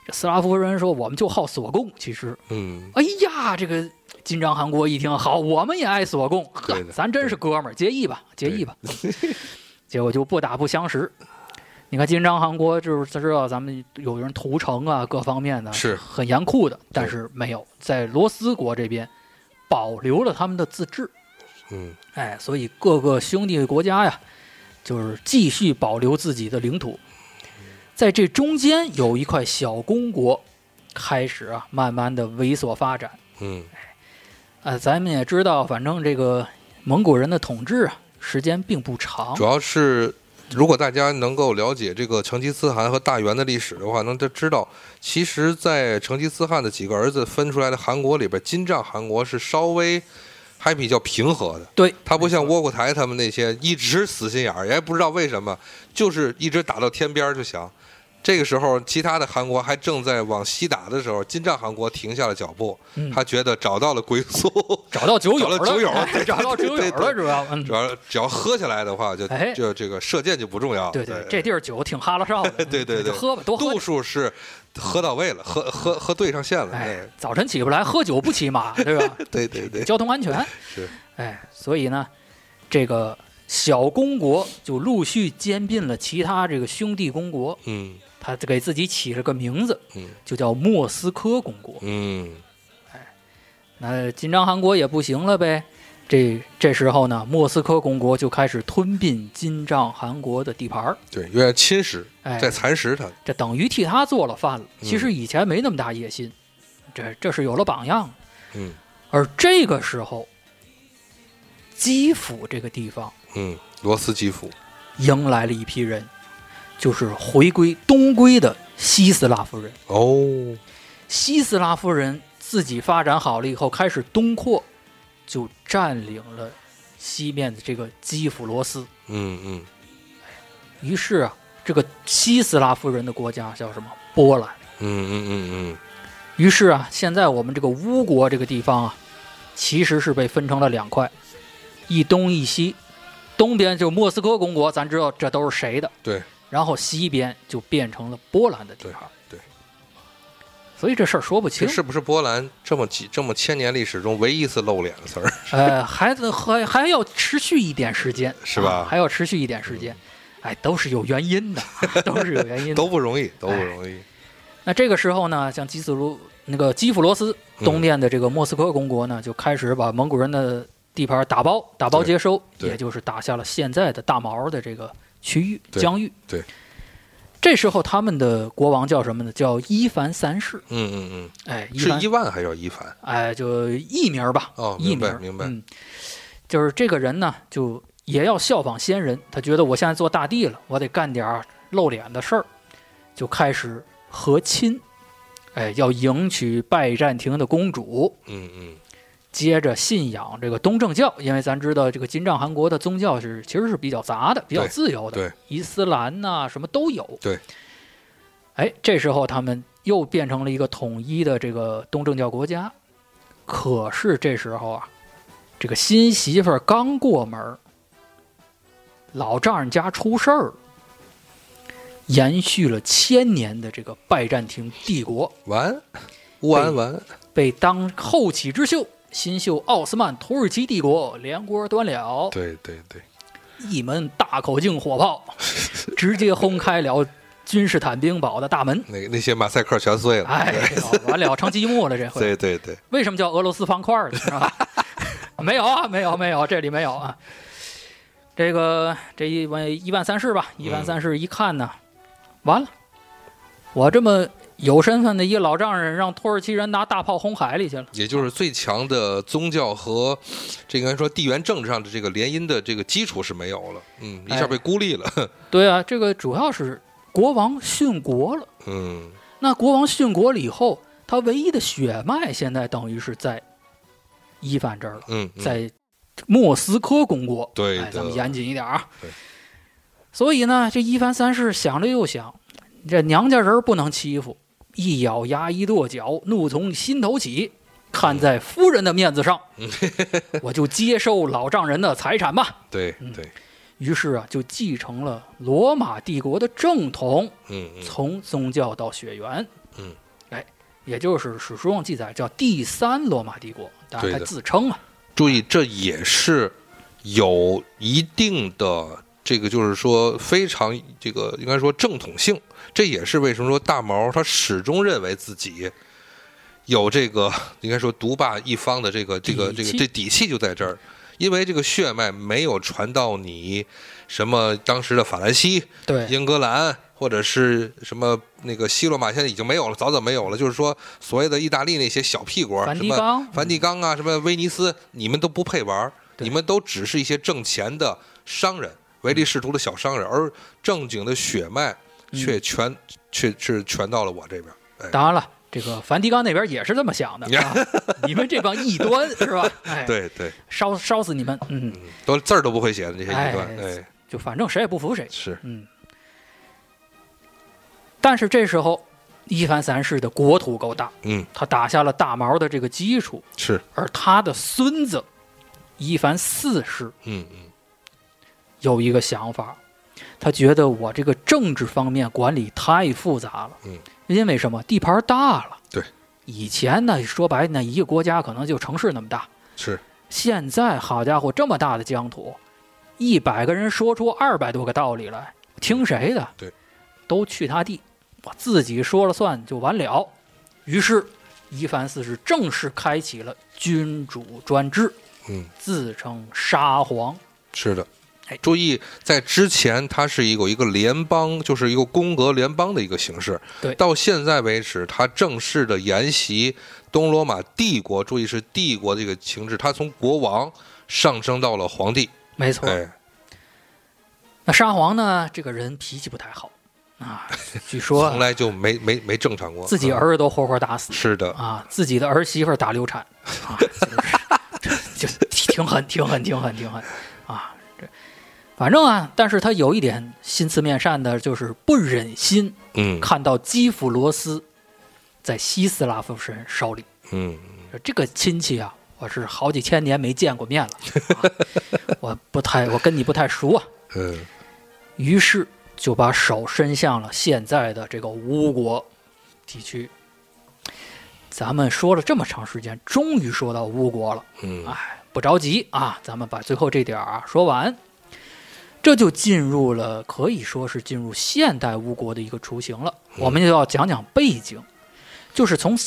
这斯拉夫人说我们就好索贡，其实，哎呀，这个金帐汗国一听好，我们也爱索贡，呵，咱真是哥们儿，结义吧，结义吧。结果就不打不相识。你看金帐汗国就是知道咱们有人屠城啊，各方面的是很严酷的，但是没有在罗斯国这边保留了他们的自治。哎，所以各个兄弟国家呀，就是继续保留自己的领土。在这中间有一块小公国，开始啊慢慢的猥琐发展。咱们也知道，反正这个蒙古人的统治啊，时间并不长， 主要是。如果大家能够了解这个成吉思汗和大元的历史的话，能知道，其实，在成吉思汗的几个儿子分出来的汗国里边，金帐汗国是稍微还比较平和的。 对， 他不像窝阔台他们那些一直死心眼儿，也不知道为什么，就是一直打到天边就行。这个时候，其他的汗国还正在往西打的时候，金帐汗国停下了脚步，他觉得找到了归宿， 找到酒友了， 找到酒友了， 主要只要喝下来的话，就这个射箭就不重要。 对，这地儿酒挺哈拉少的， 对， 喝吧，多喝。 度数是喝到位了，喝对上线了。 早晨起不来，喝酒不骑马，对吧？ 对， 交通安全是。 所以呢，这个小公国就陆续兼并了其他这个兄弟公国。他给自己起了个名字，就叫莫斯科公国。那金帐汗国也不行了呗。这时候呢，莫斯科公国就开始吞并金帐汗国的地盘， 对，有点侵蚀，在蚕食他。 这等于替他做了饭了。其实以前没那么大野心，这是有了榜样。而这个时候，基辅这个地方， 罗斯基辅迎来了一批人。就是东归的西斯拉夫人。西斯拉夫人自己发展好了以后，开始东扩，就占领了西面的这个基辅罗斯。于是啊，这个西斯拉夫人的国家叫什么？波兰。于是啊，现在我们这个乌国这个地方啊，其实是被分成了两块，一东一西。东边就莫斯科公国，咱知道这都是谁的？对。然后西边就变成了波兰的地盘。 对， 所以这事儿说不清， 这是不是波兰这么千年历史中唯一一次露脸的词儿？ 还要持续一点时间， 是吧？ 还要持续一点时间，都是有原因的，都是有原因的， 都不容易。 那这个时候呢，像基辅罗斯东面的这个莫斯科公国呢，就开始把蒙古人的地盘打包接收，也就是打下了现在的大毛的这个区域疆域。 对， 这时候他们的国王叫什么呢？叫伊凡三世。 是伊万还是叫伊凡？ 就艺名吧。 明白。 就是这个人呢，就也要效仿先人，他觉得我现在做大帝了，我得干点露脸的事儿，就开始和亲，要迎娶拜占庭的公主。接着信仰这个东正教，因为咱知道这个金帐汗国的宗教其实是比较杂的，比较自由的，伊斯兰呐什么都有。 对， 这时候他们又变成了一个统一的这个东正教国家。可是这时候啊，这个新媳妇刚过门，老丈人家出事儿了，延续了1000年的这个拜占庭帝国完，被当后起之秀。新秀奥斯曼土耳其帝国连锅端了。 对， 一门大口径火炮直接轰开了君士坦丁堡的大门， 那些马赛克全碎了。 完了成积木了这回。 对。 为什么叫俄罗斯方块呢？是吧？没有，这里没有啊。这伊万三世吧，伊万三世一看呢，完了，我这么有身份的一个老丈人，让土耳其人拿大炮轰海里去了， 也就是最强的宗教和这个说地缘政治上的这个联姻的这个基础是没有了，一下被孤立了。 对啊，这个主要是国王殉国了。那国王殉国了以后，他唯一的血脉现在等于是在伊凡这儿了，在莫斯科公国。 对， 咱们严谨一点啊。 对。 所以呢，这伊凡三世想了又想，这娘家人不能欺负。一咬牙一跺脚，怒从心头起，看在夫人的面子上，我就接受老丈人的财产吧。 对。 于是啊，就继承了罗马帝国的正统，从宗教到血缘， 也就是史书上记载叫第3罗马帝国，当然他自称啊。 注意，这也是有一定的这个，就是说非常这个应该说正统性。这也是为什么说大毛他始终认为自己有这个应该说独霸一方的这底气就在这儿，因为这个血脉没有传到你什么当时的法兰西、 对英格兰。或者是什么那个西罗马现在已经没有了，早没有了。就是说，所谓的意大利那些小屁国，什么梵蒂冈啊，什么威尼斯，你们都不配玩，你们都只是一些挣钱的商人，唯利是图的小商人，而正经的血脉却是全到了我这边。 当然了，这个梵蒂冈那边也是这么想的啊，你们这帮异端是吧？ 对， 烧死你们， 都字儿都不会写的这些异端， 就反正谁也不服谁， 是， 但是这时候，伊凡3世的国土够大，他打下了大毛的这个基础， 是。 而他的孙子伊凡4世，有一个想法，他觉得我这个政治方面管理太复杂了，因为什么？地盘大了， 对。 以前呢，说白呢，一个国家可能就城市那么大， 是。 现在好家伙，这么大的疆土，100个人说出200多个道理来，听谁的？ 对， 都去他地。我自己说了算就完了。于是伊凡4世正式开启了君主专制，自称沙皇。 是的，注意，在之前它是有一个联邦，就是一个宫格联邦的一个形式。 对， 到现在为止，它正式的沿袭东罗马帝国，注意是帝国这个形式，它从国王上升到了皇帝。 没错。那沙皇呢，这个人脾气不太好。据说从来就没正常过， 自己儿子都活活打死， 是的啊，自己的儿媳妇打流产，就挺狠啊！这反正啊，但是他有一点心慈面善的，就是不忍心看到基辅罗斯在西斯拉夫人手里，这个亲戚啊，我是好几千年没见过面了，我跟你不太熟啊，于是就把手伸向了现在的这个吴国地区。咱们说了这么长时间，终于说到吴国了。不着急啊，咱们把最后这点说完，这就进入了可以说是进入现代吴国的一个雏形了。我们就要讲讲背景，就是从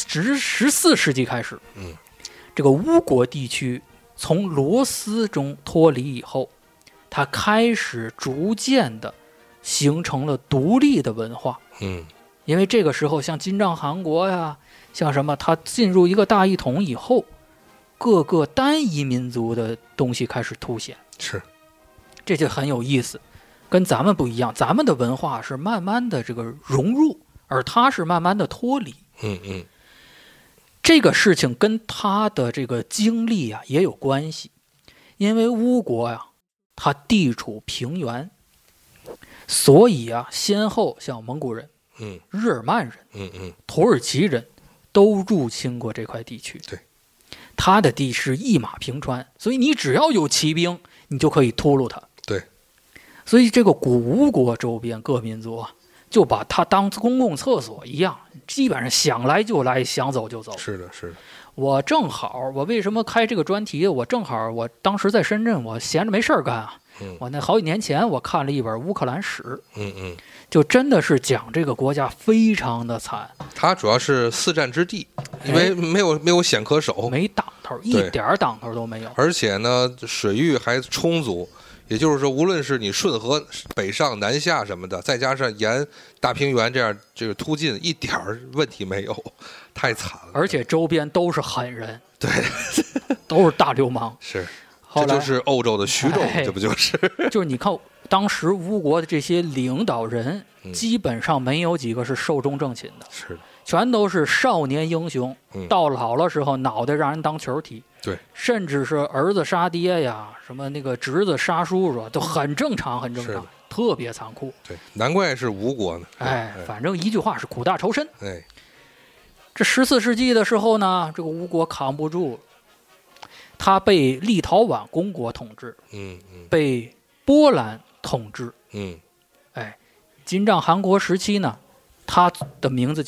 14世纪开始，这个吴国地区从罗斯中脱离以后，它开始逐渐的形成了独立的文化。因为这个时候像金帐汗国呀，像什么，它进入一个大一统以后，各个单一民族的东西开始凸显， 是， 这就很有意思，跟咱们不一样，咱们的文化是慢慢的这个融入，而它是慢慢的脱离。这个事情跟他的这个经历啊也有关系，因为吴国呀，它地处平原，所以啊，先后像蒙古人、日耳曼人、土耳其人都入侵过这块地区。 对， 他的地势一马平川，所以你只要有骑兵，你就可以突噜他。 对， 所以这个古吴国周边各民族啊，就把它当公共厕所一样，基本上想来就来，想走就走。 是的，是的。 我正好，我为什么开这个专题？我正好，我当时在深圳，我闲着没事干啊。我那好几年前，我看了一本乌克兰史。就真的是讲这个国家非常的惨。它主要是四战之地，因为没有险可守， 没挡头，一点挡头都没有。 而且呢，水域还充足。也就是说，无论是你顺河北上南下什么的，再加上沿大平原这样这个突进，一点问题没有，太惨了。 而且周边都是狠人， 对， 都是大流氓。 是，这就是欧洲的虚荣，这不就是？ 就是你看，当时吴国的这些领导人，基本上没有几个是寿终正寝的， 是的， 全都是少年英雄，到老了时候脑袋让人当球踢。 对， 甚至是儿子杀爹呀，什么那个侄子杀叔叔，都很正常，很正常，特别残酷。 对，难怪是吴国呢。 反正一句话是苦大仇深。这14世纪的时候呢，这个吴国扛不住，他被立陶宛公国统治，被波兰统治，金帐汗国时期呢，他的名字叫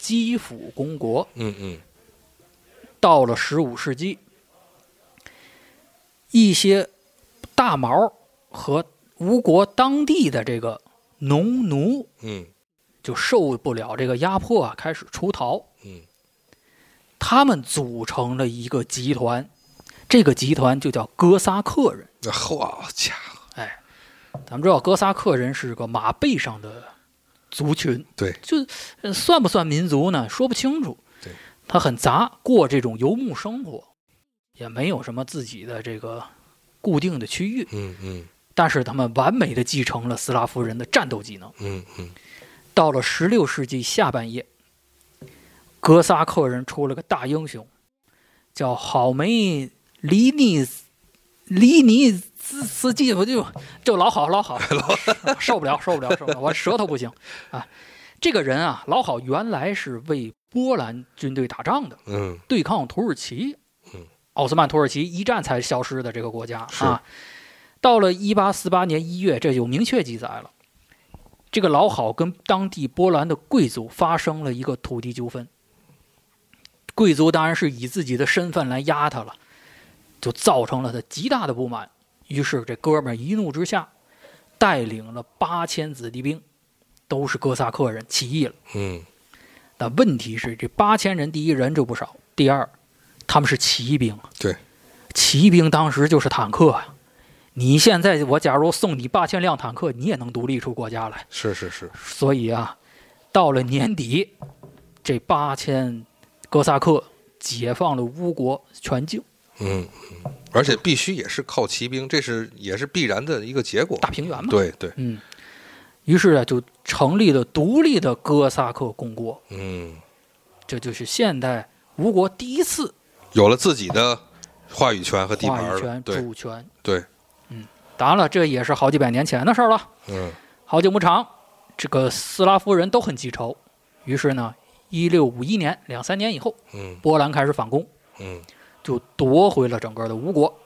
基辅公国。 到了15世纪，一些大毛和吴国当地的这个农奴，就受不了这个压迫啊，开始出逃。他们组成了一个集团，这个集团就叫哥萨克人。 好家伙！ 哎，咱们知道哥萨克人是个马背上的族群， 对， 就算不算民族呢？说不清楚。 对， 他很杂，过这种游牧生活，也没有什么自己的这个固定的区域。但是他们完美的继承了斯拉夫人的战斗技能。到了16世纪下半叶，哥萨克人出了个大英雄，叫郝梅里尼斯基，我就老好，受不了，我舌头不行啊！这个人啊，老郝原来是为波兰军队打仗的，对抗土耳其，奥斯曼土耳其一战才消失的这个国家啊。到了1848年1月，这有明确记载了，这个老郝跟当地波兰的贵族发生了一个土地纠纷。贵族当然是以自己的身份来压他了，就造成了他极大的不满。于是这哥们儿一怒之下，带领了8000子弟兵，都是哥萨克人起义了。但问题是这8000人，第一人就不少，第二他们是骑兵。 对， 骑兵当时就是坦克啊。你现在我假如送你8000辆坦克，你也能独立出国家来。 是。 所以啊，到了年底，这8000哥萨克解放了吴国全境。 而且必须也是靠骑兵，这也是必然的一个结果。 大平原嘛。 对。 于是啊，就成立了独立的哥萨克公国。这就是现代吴国第一次有了自己的话语权和地盘了， 话语权、主权。 对。 当然了，这也是好几百年前的事了。好景不长，这个斯拉夫人都很记仇，于是呢，1651年2-3年以后，波兰开始反攻，就夺回了整个的吴国。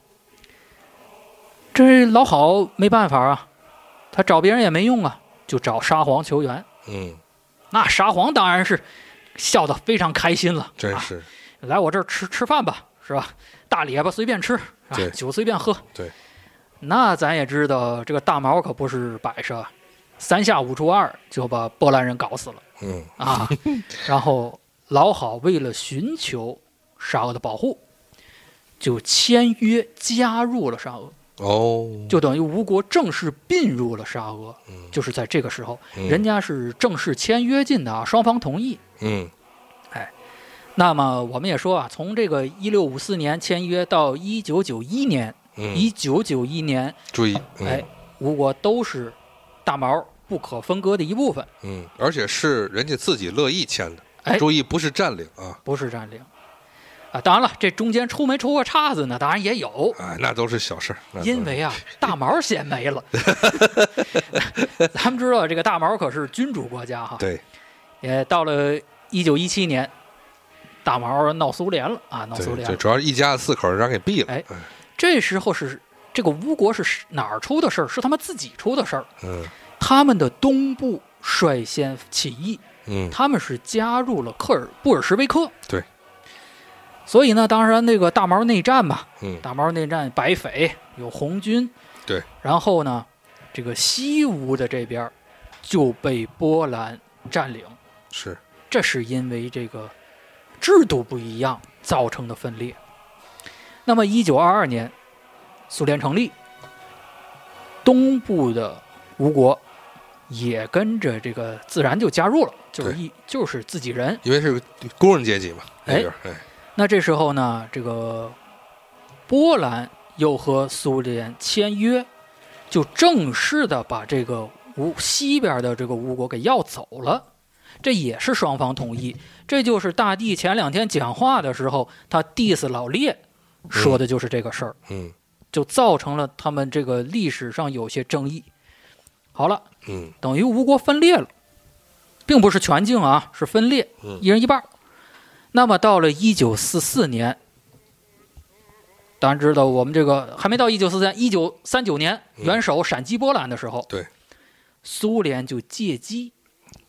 这老郝没办法啊，他找别人也没用啊，就找沙皇求援。那沙皇当然是笑得非常开心了， 真是、 来我这儿吃饭吧，是吧？大列巴随便吃，酒随便喝。 对。 那咱也知道，这个大毛可不是摆设，3下5除2就把波兰人搞死了。然后老郝为了寻求沙俄的保护，就签约加入了沙俄。就等于吴国正式并入了沙俄。就是在这个时候，人家是正式签约进的啊，双方同意。那么我们也说啊，从这个1654年签约到1991年。1991年， 注意， 吴国都是大毛不可分割的一部分。 而且是人家自己乐意签的。注意，不是占领啊， 不是占领啊。当然了，这中间出没出过岔子呢？当然也有。 那都是小事。 因为啊，大毛先没了。咱们知道，这个大毛可是君主国家哈。 对。 也到了1917年，大毛闹苏联了啊，闹苏联。 这主要是一家4口让给毙了。 这时候是这个吴国是哪儿出的事儿？是他们自己出的事儿。他们的东部率先起义。他们是加入了布尔什维克。 对。 所以呢，当然那个大毛内战嘛，大毛内战，白匪有红军。 对。 然后呢，这个西吴的这边就被波兰占领。 是。 这是因为这个制度不一样造成的分裂。那么1922年，苏联成立，东部的吴国也跟着这个自然就加入了，就是自己人， 因为是工人阶级嘛。 那这时候呢，这个波兰又和苏联签约，就正式的把这个西边的这个吴国给要走了。这也是双方同意。这就是大帝前2天讲话的时候，他 diss 老列。说的就是这个事儿。就造成了他们这个历史上有些争议。好了，等于吴国分裂了，并不是全境啊，是分裂，一人一半。那么到了1944年，当然知道我们这个还没到1944年，1939年元首闪击波兰的时候， 对， 苏联就借机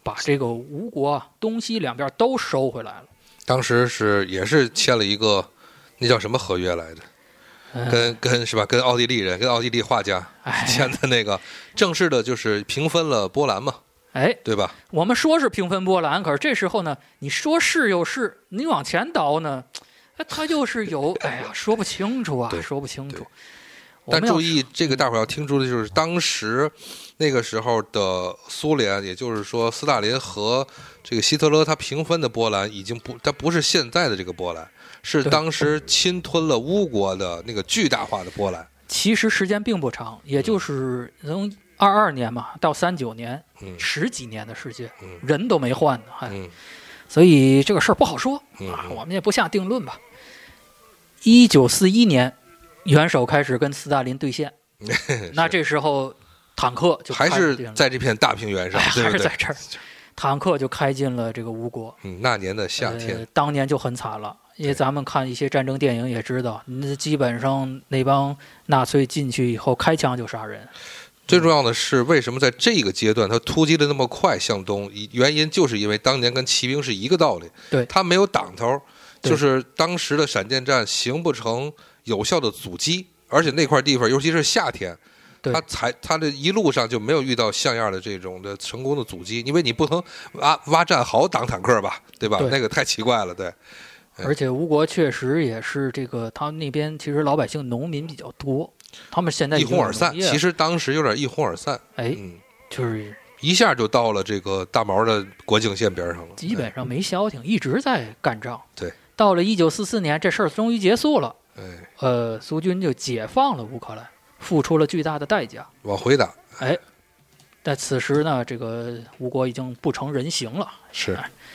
把这个吴国东西两边都收回来了。 当时也是签了一个那叫什么合约来着？跟是吧？跟奥地利人、跟奥地利画家签的那个正式的，就是平分了波兰嘛。对吧？ 我们说是平分波兰，可是这时候呢，你说是又是，你往前倒呢，它就是有，说不清楚啊，说不清楚。 但注意，这个大伙要听出的就是，当时那个时候的苏联，也就是说斯大林和这个希特勒他平分的波兰，已经它不是现在的这个波兰，是当时侵吞了乌国的那个巨大化的波兰。 其实时间并不长，也就是从22年嘛到39年，10几年的时间，人都没换呢，所以这个事儿不好说啊，我们也不下定论吧。1941年，元首开始跟斯大林对线，那这时候坦克就还是在这片大平原上，对还是在这儿，坦克就开进了这个吴国。 那年的夏天， 当年就很惨了。因为咱们看一些战争电影也知道，基本上那帮纳粹进去以后开枪就杀人。 最重要的是，为什么在这个阶段他突击的那么快向东？原因就是因为当年跟骑兵是一个道理， 对， 他没有挡头，就是当时的闪电战形不成有效的阻击，而且那块地方尤其是夏天，他的一路上就没有遇到像样的这种的成功的阻击，因为你不能挖战壕挡坦克吧，对吧？那个太奇怪了，对。 而且吴国确实也是这个，他们那边其实老百姓农民比较多，他们现在一哄而散。其实当时有点一哄而散， 就是一下就到了这个大毛的国境线边上了， 基本上没消停，一直在干仗。 对， 到了1944年，这事儿终于结束了。苏军就解放了乌克兰，付出了巨大的代价， 往回打。 但此时呢，这个吴国已经不成人形了。 是。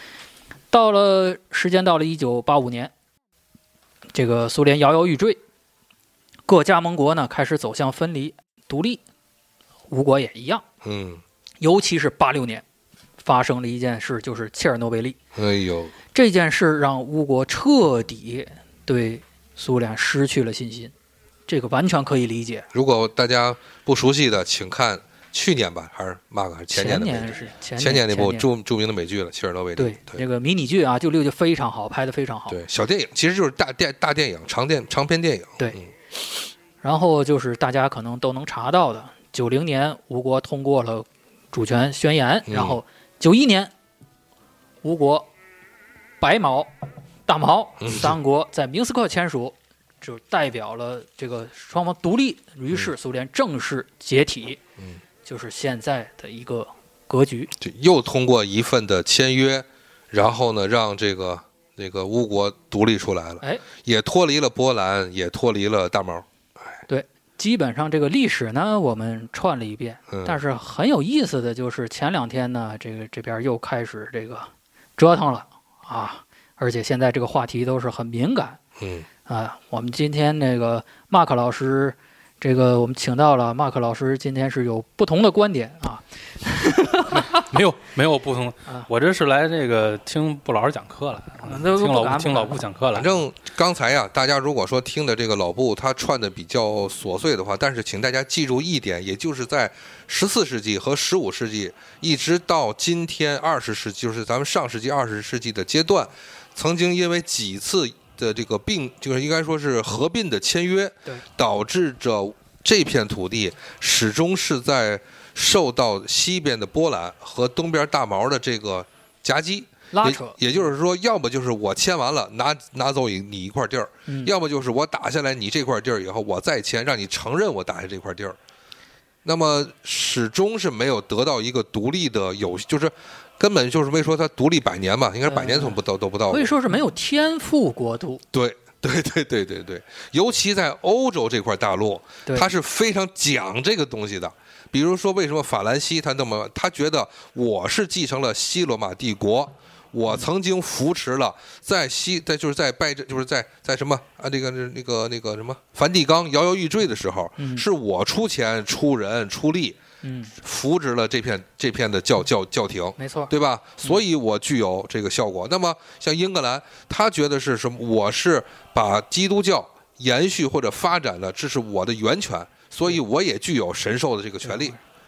时间到了1985年，这个苏联摇摇欲坠，各加盟国呢开始走向分离独立，吴国也一样。尤其是86年发生了一件事，就是切尔诺贝利。这件事让乌国彻底对苏联失去了信心，这个完全可以理解。 如果大家不熟悉的，请看去年吧，还是前年的美剧？前年那部著名的美剧了，《切尔诺贝利》。 对，那个迷你剧啊，就非常好，拍得非常好。 对，小电影其实就是大电影、长篇电影。 对。然后就是大家可能都能查到的，90年吴国通过了主权宣言，然后91年吴国、白毛、大毛三国在明斯克签署。就代表了这个双方独立，于是苏联正式解体。就是现在的一个格局， 就又通过一份的签约，然后呢，让这个乌国独立出来了，也脱离了波兰，也脱离了大毛。 对，基本上这个历史呢，我们串了一遍。但是很有意思的就是前2天呢，这边又开始这个折腾了啊，而且现在这个话题都是很敏感。我们今天那个马克老师。这个我们请到了马克老师，今天是有不同的观点啊。 没有不同，我这是来这个听布老师讲课了，听老布讲课了。 反正刚才呀，大家如果说听的这个老布他串的比较琐碎的话，但是请大家记住一点，也就是在14世纪和15世纪，一直到今天20世纪，就是咱们上世纪20世纪的阶段，曾经因为几次的这个就是应该说是合并的签约，导致着这片土地始终是在受到西边的波兰和东边大毛的这个夹击拉扯。 也就是说，要么就是我签完了拿走你一块地儿，要么就是我打下来你这块地儿以后，我再签让你承认我打下这块地儿。那么始终是没有得到一个独立的就是根本就是没说他独立100年吧，应该是100年都不到。 可以说是没有天赋国度。 对，尤其在欧洲这块大陆，他是非常讲这个东西的。比如说，为什么法兰西他觉得我是继承了西罗马帝国，我曾经扶持了在什么啊那个什么梵蒂冈摇摇欲坠的时候，是我出钱出人出力。扶植了这片的教廷， 没错， 对吧？所以我具有这个效果。那么像英格兰，他觉得是什么？我是把基督教延续或者发展的，这是我的源泉，所以我也具有神授的这个权利。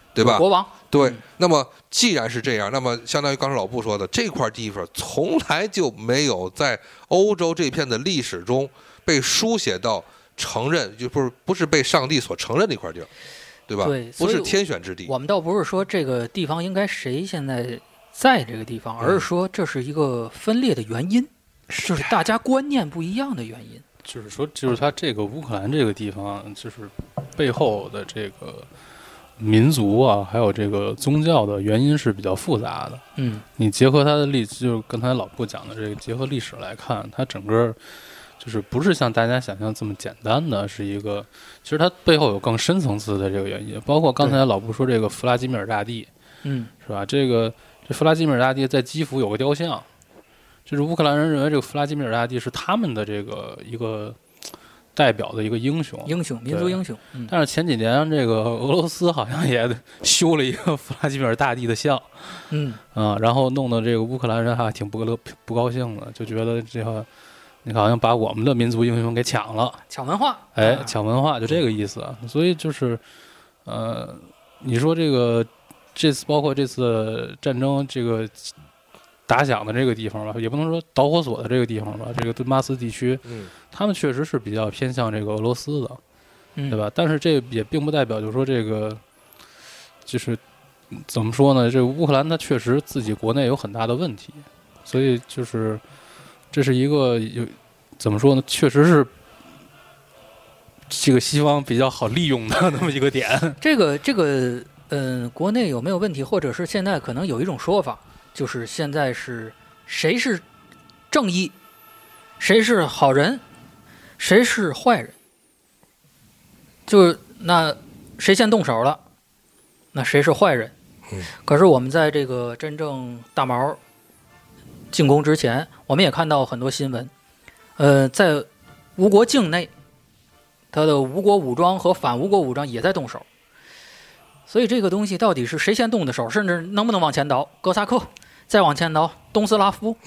对吧？ 国王。 对，那么既然是这样，那么相当于刚才老布说的，这块地方从来就没有在欧洲这片的历史中被书写到承认，就不是被上帝所承认的一块地儿，对吧？ 对， 不是天选之地。 我们倒不是说这个地方应该谁现在在这个地方，而是说这是一个分裂的原因，就是大家观念不一样的原因。 就是说，就是它这个乌克兰这个地方，就是背后的这个民族啊，还有这个宗教的原因是比较复杂的。你结合它的历史，就是刚才老布讲的这个，结合历史来看，它整个就是不是像大家想象这么简单的，是一个，其实它背后有更深层次的这个原因，包括刚才老布说这个弗拉基米尔大帝，是吧？这弗拉基米尔大帝在基辅有个雕像。就是乌克兰人认为这个弗拉基米尔大帝是他们的这个一个代表的一个英雄， 民族英雄。 但是前几年这个俄罗斯好像也修了一个弗拉基米尔大帝的像，然后弄得这个乌克兰人还挺不高兴的，就觉得这个你好像把我们的民族英雄给抢了， 抢文化， 抢文化就这个意思。所以就是你说这次包括这次战争这个打响的这个地方吧，也不能说导火索的这个地方吧，这个顿巴斯地区，他们确实是比较偏向这个俄罗斯的，对吧？但是这也并不代表就是说这个就是怎么说呢？这个乌克兰它确实自己国内有很大的问题，所以就是这是一个怎么说呢？确实是这个西方比较好利用的那么一个点。 这个国内有没有问题，或者是现在可能有一种说法。就是现在是谁是正义，谁是好人，谁是坏人，就是那谁先动手了，那谁是坏人。可是我们在这个真正大毛进攻之前，我们也看到很多新闻，在吴国境内，他的吴国武装和反吴国武装也在动手。所以这个东西到底是谁先动的手，甚至能不能往前倒？哥萨克再往前倒，东斯拉夫。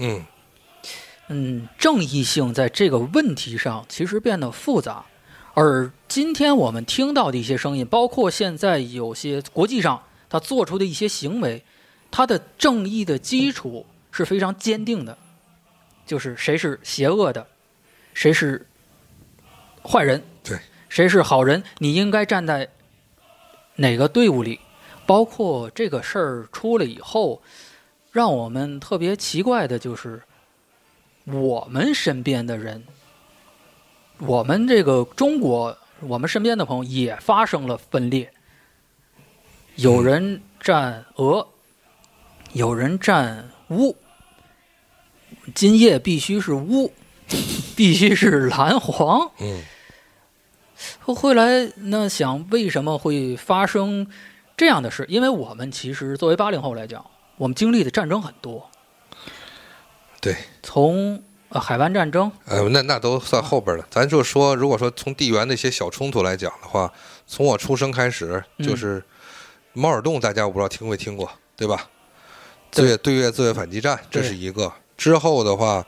正义性在这个问题上其实变得复杂。而今天我们听到的一些声音，包括现在有些国际上他做出的一些行为，他的正义的基础是非常坚定的，就是谁是邪恶的，谁是坏人， 对， 谁是好人，你应该站在哪个队伍里。包括这个事儿出了以后，让我们特别奇怪的就是我们身边的人，我们这个中国，我们身边的朋友也发生了分裂，有人站俄，有人站乌，今夜必须是乌，必须是蓝黄。后来那想为什么会发生这样的事？因为我们其实作为80后来讲，我们经历的战争很多。 对， 从海湾战争， 那都算后边了。咱就说，如果说从地缘那些小冲突来讲的话，从我出生开始就是毛尔洞，大家我不知道听没听过，对吧？对越自卫反击战，这是一个。之后的话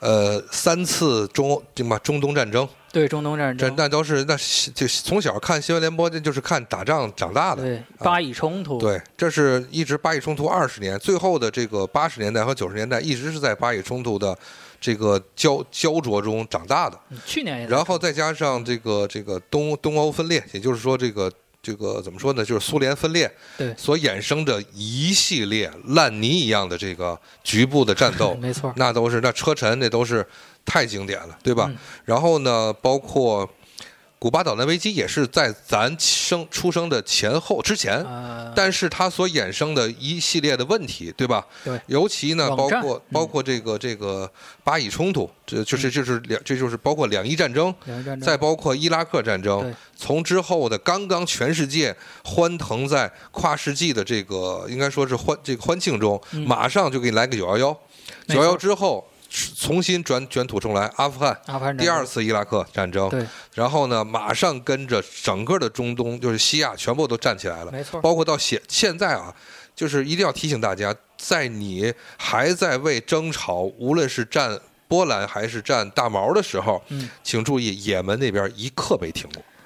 ，3次中东战争。 对，中东战争， 那都是就从小看新闻联播，就是看打仗长大的。 对，巴以冲突。 对，这是一直巴以冲突20年，最后的这个80年代和90年代一直是在巴以冲突的这个焦灼中长大的。 去年也。 然后再加上这个东欧分裂，也就是说这个怎么说呢？就是苏联分裂所衍生的一系列烂泥一样的这个局部的战斗， 没错， 那都是车臣，那都是太经典了，对吧？然后呢，包括古巴导弹危机也是在咱出生的之前，但是它所衍生的一系列的问题，对吧？ 对， 尤其呢，包括这个巴以冲突，这就是包括两伊战争，再包括伊拉克战争，从之后的刚刚全世界欢腾在跨世纪的这个应该说是欢庆中，马上就给你来个911之后。重新卷土重来，阿富汗第2次伊拉克战争，然后呢，马上跟着整个的中东，就是西亚全部都站起来了， 没错。 包括到现在啊，就是一定要提醒大家，在你还在为争吵，无论是战波兰还是战大毛的时候，请注意，也门那边一刻没停过。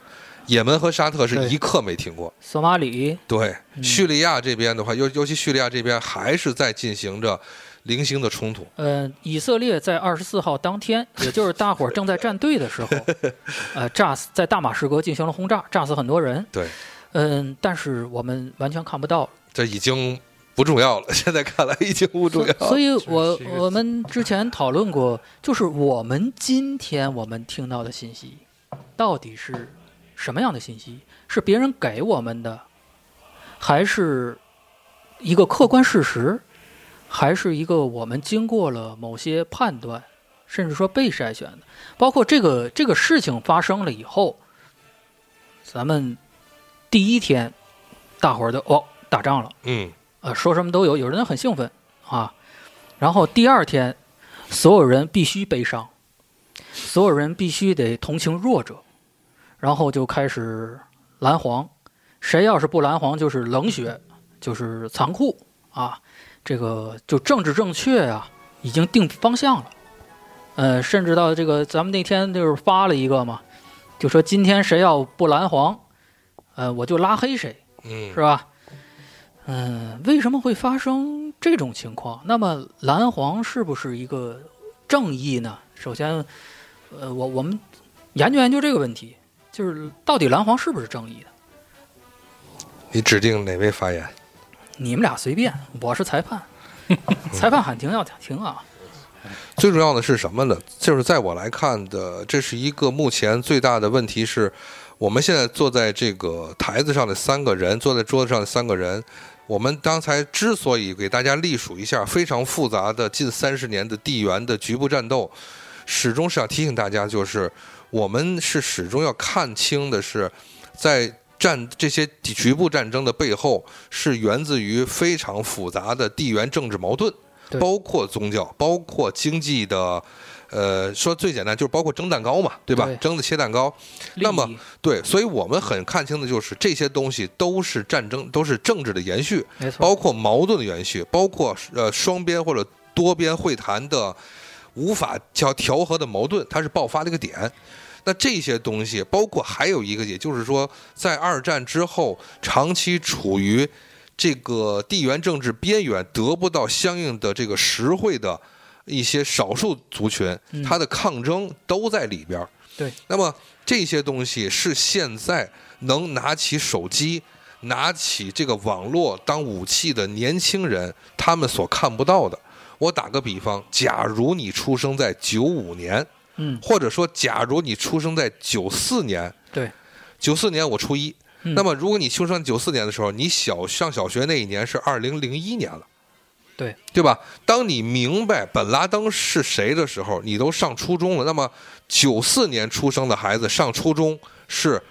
也门和沙特是一刻没停过。 索马里对，叙利亚这边的话，尤其叙利亚这边还是在进行着零星的冲突。 以色列在24号当天，也就是大伙儿正在站队的时候，炸死在大马士革进行了轰炸，炸死很多人。 对， 但是我们完全看不到， 这已经不重要了。现在看来已经不重要了。 所以我们之前讨论过，就是我们今天我们听到的信息，到底是什么样的信息？是别人给我们的，还是一个客观事实？还是一个我们经过了某些判断，甚至说被筛选的，包括这个事情发生了以后，咱们第一天大伙儿都打仗了，说什么都有，有人很兴奋啊，然后第二天所有人必须悲伤，所有人必须得同情弱者，然后就开始蓝黄，谁要是不蓝黄就是冷血，就是残酷啊。这个就政治正确啊，已经定方向了。甚至到这个咱们那天就是发了一个嘛，就说今天谁要不蓝黄，我就拉黑谁，是吧？为什么会发生这种情况？那么蓝黄是不是一个正义呢？首先，我们研究这个问题，就是到底蓝黄是不是正义的？ 你指定哪位发言？ 你们俩随便，我是裁判，裁判喊停要停啊。 最重要的是什么呢？就是在我来看的，这是一个目前最大的问题是，我们现在坐在这个台子上的3个人，坐在桌子上的3个人，我们刚才之所以给大家历数一下非常复杂的近30年的地缘的局部战斗，始终是要提醒大家，就是我们是始终要看清的是，在这些局部战争的背后是源自于非常复杂的地缘政治矛盾，包括宗教，包括经济的，说最简单就是包括蒸蛋糕嘛，对吧？蒸的切蛋糕。那么对，所以我们很看清的就是这些东西都是战争，都是政治的延续，包括矛盾的延续，包括双边或者多边会谈的无法调和的矛盾，它是爆发的一个点。那这些东西包括还有一个，也就是说在2战之后长期处于这个地缘政治边缘，得不到相应的这个实惠的一些少数族群，它的抗争都在里边。 对， 那么这些东西是现在能拿起手机拿起这个网络当武器的年轻人他们所看不到的。我打个比方，假如你出生在95年，或者说假如你出生在94年， 对 ，94年我初一，那么如果你出生94年的时候，你上小学那一年是2001年了，对吧？当你明白本拉登是谁的时候，你都上初中了。那么94年出生的孩子上初中是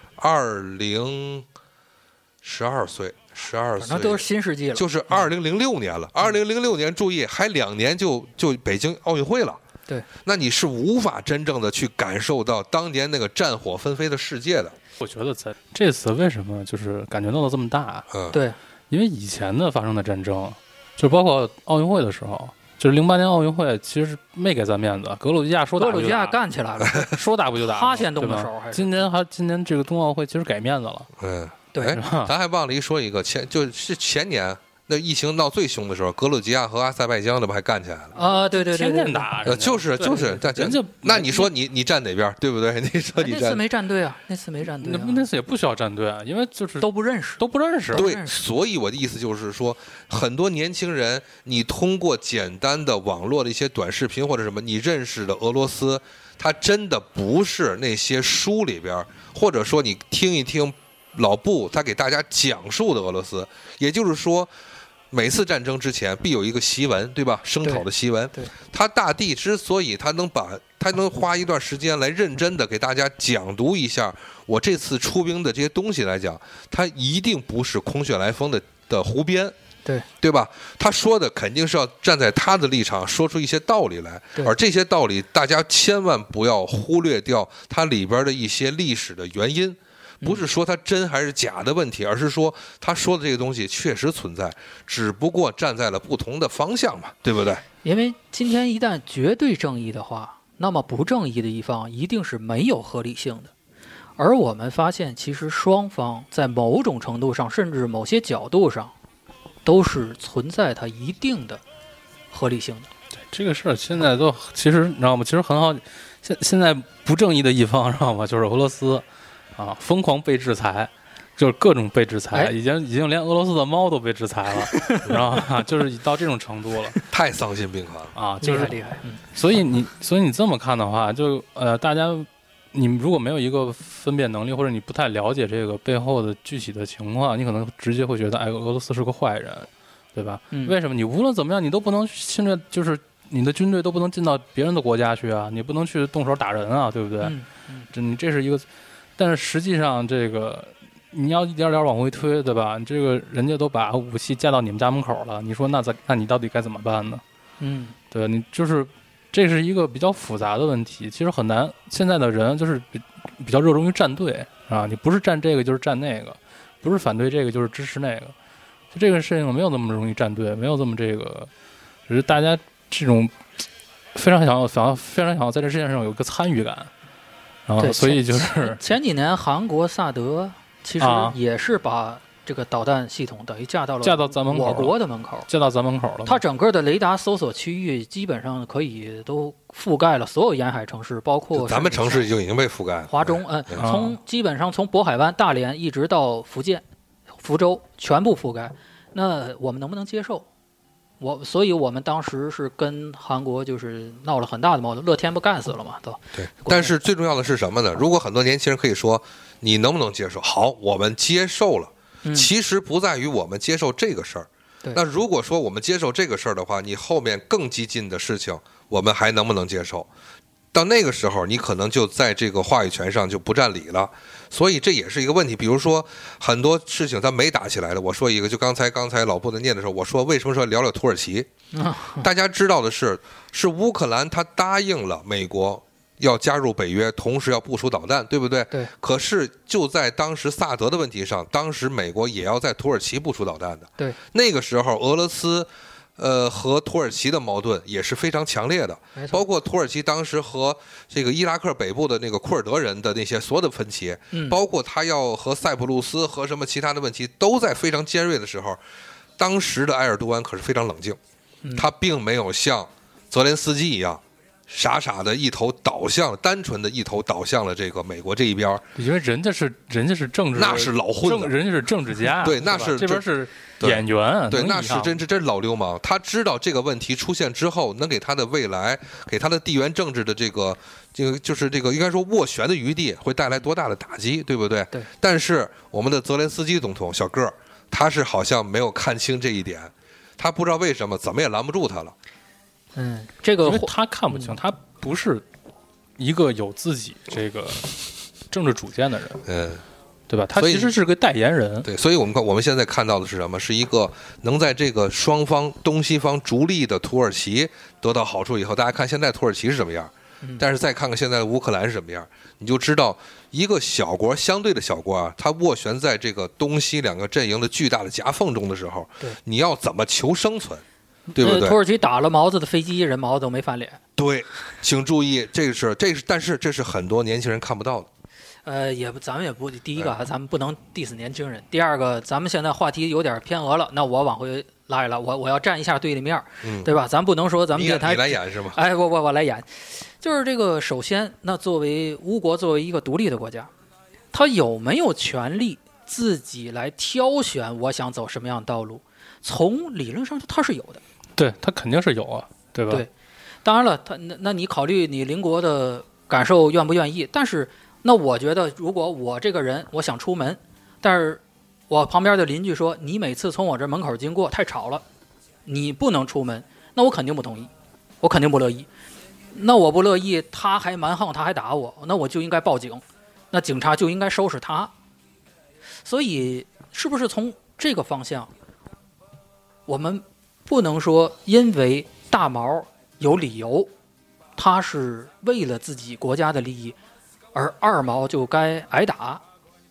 12岁。 那都是新世纪了， 就是2006年了。2006年，注意，还2年就北京奥运会了。 对， 那你是无法真正的去感受到当年那个战火纷飞的世界的。 我觉得这次为什么就是感觉闹得这么大？ 对， 因为以前的发生的战争，就包括奥运会的时候，就是08年奥运会，其实没给咱面子，格鲁吉亚说打不就打， 格鲁吉亚干起来了， 说打不就打， 他先动的手。 今年这个冬奥会其实给面子了， 对， 咱还忘了说一个就是前年。那疫情闹最凶的时候，格鲁吉亚和阿塞拜疆这不还干起来了啊？对， 天天打， 就是人家。那你说你站哪边，对不对？你说你站。 那次没站队啊，那次也不需要站队啊，因为就是都不认识。 对，所以我的意思就是说，很多年轻人，你通过简单的网络的一些短视频或者什么，你认识的俄罗斯，它真的不是那些书里边，或者说你听一听老布他给大家讲述的俄罗斯，也就是说。每次战争之前必有一个檄文，对吧？声讨的檄文。 对， 他大帝之所以他能花一段时间来认真的给大家讲读一下我这次出兵的这些东西来讲，他一定不是空穴来风的胡编，对吧？他说的肯定是要站在他的立场说出一些道理来，而这些道理大家千万不要忽略掉它里边的一些历史的原因。不是说它真还是假的问题，而是说他说的这个东西确实存在，只不过站在了不同的方向嘛，对不对？ 因为今天一旦绝对正义的话，那么不正义的一方一定是没有合理性的， 而我们发现，其实双方在某种程度上，甚至某些角度上，都是存在它一定的合理性的。 对这个事儿，现在都其实你知道吗？其实很好，现在不正义的一方知道吗？就是俄罗斯啊，疯狂被制裁。就是各种被制裁，已经连俄罗斯的猫都被制裁了，你知道吗？就是到这种程度了， 太丧心病狂了啊！就是厉害。 所以你这么看的话，就大家你如果没有一个分辨能力，或者你不太了解这个背后的具体的情况，你可能直接会觉得，哎，俄罗斯是个坏人，对吧？为什么？你无论怎么样，你都不能侵略，就是你的军队都不能进到别人的国家去啊，你不能去动手打人啊，对不对？这是一个，但是实际上这个。你要一点点往回推，对吧？这个人家都把武器架到你们家门口了，你说那你到底该怎么办呢？对，你就是这是一个比较复杂的问题，其实很难。现在的人就是比较热衷于站队啊，你不是站这个就是站那个，不是反对这个就是支持那个，就这个事情没有那么容易站队，没有这么这个，只是大家这种非常想要在这事件上有一个参与感，然后所以就是前几年韩国萨德。其实也是把这个导弹系统等于架到咱门口， 我国的门口， 架到咱门口了。 它整个的雷达搜索区域基本上可以都覆盖了所有沿海城市，包括咱们城市就已经被覆盖了。 华中，基本上从渤海湾、大连一直到福建、福州全部覆盖。那我们能不能接受？所以我们当时是跟韩国就是闹了很大的矛盾，乐天不干死了嘛，都。 对。但是最重要的是什么呢？如果很多年轻人可以说，你能不能接受？好，我们接受了。其实不在于我们接受这个事儿。那如果说我们接受这个事儿的话，你后面更激进的事情，我们还能不能接受？到那个时候，你可能就在这个话语权上就不占理了。所以这也是一个问题。比如说很多事情它没打起来的，我说一个，就刚才老布的念的时候，我说为什么说聊聊土耳其？大家知道的是乌克兰他答应了美国要加入北约，同时要部署导弹，对不对？ 对。 可是就在当时萨德的问题上，当时美国也要在土耳其部署导弹的。 对。 那个时候俄罗斯和土耳其的矛盾也是非常强烈的，包括土耳其当时和这个伊拉克北部的那个库尔德人的那些所有的分歧，包括他要和塞浦路斯和什么其他的问题都在非常尖锐的时候，当时的埃尔多安可是非常冷静，他并没有像泽连斯基一样傻傻的单纯的一头倒向了这个美国这一边， 因为人家是政治， 那是老混子， 人家是政治家， 对，那是这边是演员， 对，那是真老流氓。他知道这个问题出现之后，能给他的未来，给他的地缘政治的这个就是这个应该说斡旋的余地会带来多大的打击，对不对？ 对。 但是我们的泽连斯基总统小个儿，他是好像没有看清这一点，他不知道为什么，怎么也拦不住他了。 这个因为他看不清，他不是一个有自己这个政治主见的人，对吧？他其实是个代言人。 对，所以我们现在看到的是什么？是一个能在这个双方东西方逐利的土耳其得到好处以后，大家看现在土耳其是什么样，但是再看看现在的乌克兰是什么样，你就知道一个小国，相对的小国啊，它斡旋在这个东西两个阵营的巨大的夹缝中的时候，你要怎么求生存？对不对？ 土耳其打了毛子的飞机，人毛子都没翻脸。 对，请注意，但是这是很多年轻人看不到的。 咱们也不，第一个咱们不能 diss 年轻人。第二个，咱们现在话题有点偏俄了，那我往回拉一拉，我要站一下对立面，对吧？咱不能说咱们电台你来演是吗？ 哎，我来演，就是这个。首先，那作为乌国，作为一个独立的国家，他有没有权利自己来挑选我想走什么样的道路？从理论上他是有的。 对，他肯定是有啊，对吧？ 对，当然了，那你考虑你邻国的感受愿不愿意？但是那我觉得，如果我这个人我想出门，但是我旁边的邻居说你每次从我这门口经过太吵了，你不能出门，那我肯定不同意，我肯定不乐意。那我不乐意，他还蛮横，他还打我，那我就应该报警，那警察就应该收拾他。所以是不是从这个方向，我们不能说因为大毛有理由，他是为了自己国家的利益，而二毛就该挨打。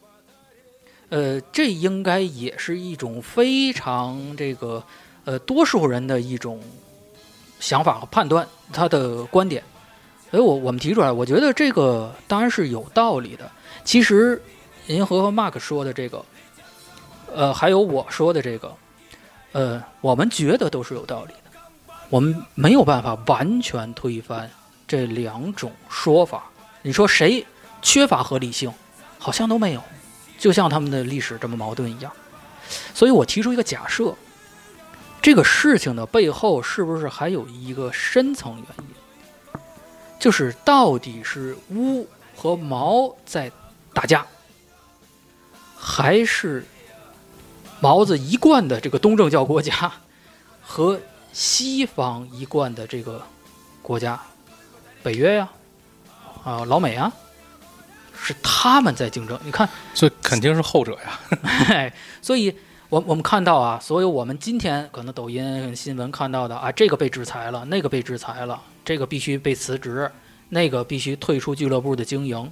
这应该也是一种非常多数人的一种想法和判断，他的观点。 所以我们提出来，我觉得这个当然是有道理的。其实银河和 Mark 说的这个，还有我说的这个，我们觉得都是有道理的。我们没有办法完全推翻这两种说法。你说谁缺乏合理性？好像都没有，就像他们的历史这么矛盾一样。所以我提出一个假设，这个事情的背后是不是还有一个深层原因？就是到底是巫和毛在打架，还是毛子一贯的这个东正教国家和西方一贯的这个国家，北约呀，老美啊，是他们在竞争。你看， 这肯定是后者呀。 所以我们看到啊，所有我们今天可能抖音新闻看到的啊，这个被制裁了，那个被制裁了，这个必须被辞职，那个必须退出俱乐部的经营。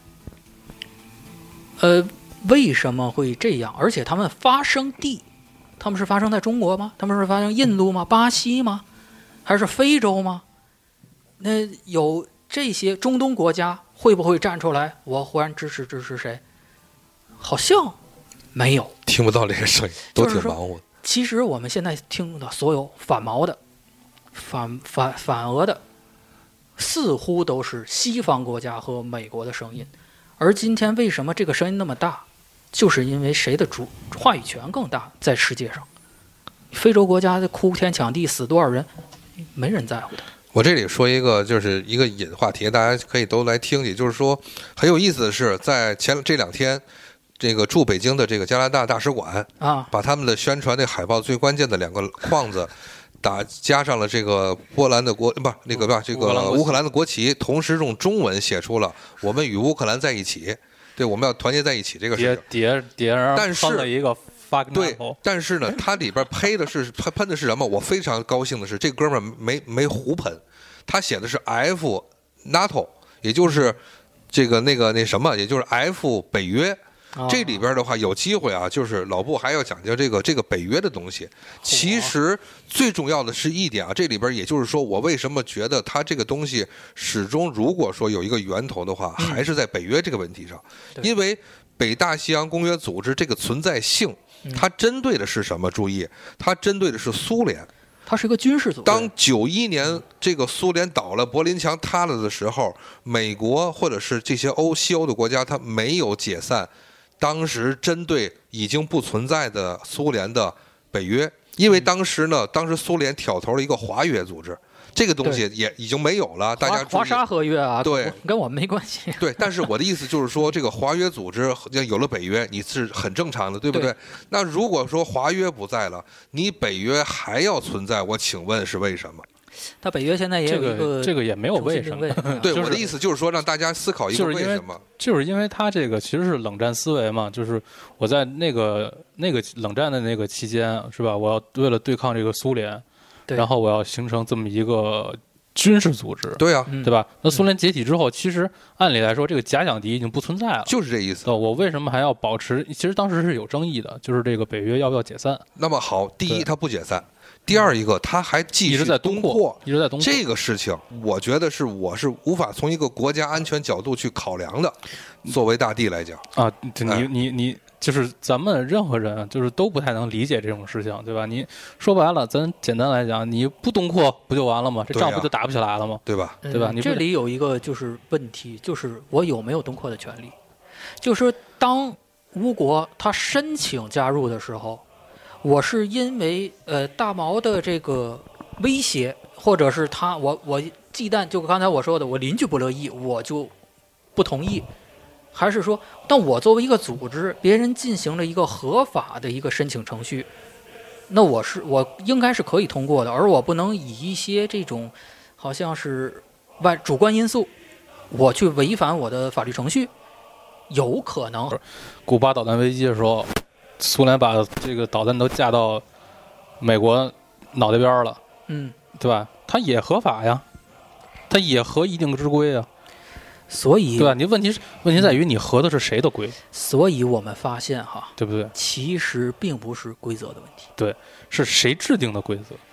为什么会这样？而且他们发生地，他们是发生在中国吗？他们是发生印度吗？巴西吗？还是非洲吗？那有这些中东国家会不会站出来？我忽然支持谁？好像没有， 听不到这些声音，都挺忙活。 其实我们现在听的所有反毛的、反俄的，似乎都是西方国家和美国的声音。而今天为什么这个声音那么大？就是因为谁的话语权更大，在世界上，非洲国家的哭天抢地死多少人，没人在乎的。 我这里说一个，就是一个引话题，大家可以都来听听。就是说，很有意思的是，在这2天，这个驻北京的这个加拿大大使馆啊， 把他们的宣传的海报最关键的2个框子加上了这个波兰的这个乌克兰的国旗，同时用中文写出了“我们与乌克兰在一起”。对，我们要团结在一起这个事情。但是了一个对，但是呢，它里边喷的是什么？我非常高兴的是，这哥们儿没胡喷，他写的是 F NATO， 也就是这个那什么，也就是 F 北约。这里边的话有机会啊，就是老布还要讲究这个北约的东西。其实最重要的是一点啊，这里边也就是说，我为什么觉得它这个东西始终如果说有一个源头的话，还是在北约这个问题上，因为北大西洋公约组织这个存在性，它针对的是什么？注意，它针对的是苏联。 它是一个军事组织。 当91年这个苏联倒了，柏林墙塌了的时候，美国或者是这些西欧的国家，它没有解散。当时针对已经不存在的苏联的北约，因为当时苏联挑头了一个华约组织，这个东西也已经没有了。大家华沙合约啊， 对， 跟我们没关系。 对，但是我的意思就是说，这个华约组织有了北约，你是很正常的，对不对？那如果说华约不在了，你北约还要存在，我请问是为什么？ 它北约现在也有一个这个也没有为什么。 对，我的意思就是说，让大家思考一个为什么。 就是因为它这个其实是冷战思维嘛，就是我在那个冷战的那个期间，是吧？我要为了对抗这个苏联，然后我要形成这么一个军事组织。 对啊， 对吧？那苏联解体之后，其实按理来说，这个假想敌已经不存在了。 就是这意思。 我为什么还要保持？其实当时是有争议的，就是这个北约要不要解散？ 那么好，第一，它不解散。第二一个，它还继续东扩， 一直在东扩。 这个事情，我觉得我是无法从一个国家安全角度去考量的。作为大帝来讲啊，你就是咱们任何人就是都不太能理解这种事情，对吧？你说白了，咱简单来讲，你不东扩不就完了吗？这仗不就打不起来了吗？ 对吧？ 对吧？你这里有一个就是问题，就是我有没有东扩的权利？就是当乌国他申请加入的时候。我是因为大毛的这个威胁，或者是我忌惮，就刚才我说的，我邻居不乐意，我就不同意，还是说，但我作为一个组织，别人进行了一个合法的一个申请程序，那我应该是可以通过的，而我不能以一些这种好像是主观因素，我去违反我的法律程序，有可能。 古巴导弹危机的时候。苏联把这个导弹都架到美国脑袋边了，对吧？它也合法呀，它也合一定之规啊， 所以对吧？你问题在于你合的是谁的规？ 所以我们发现哈， 对不对？ 其实并不是规则的问题， 对，是谁制定的规则？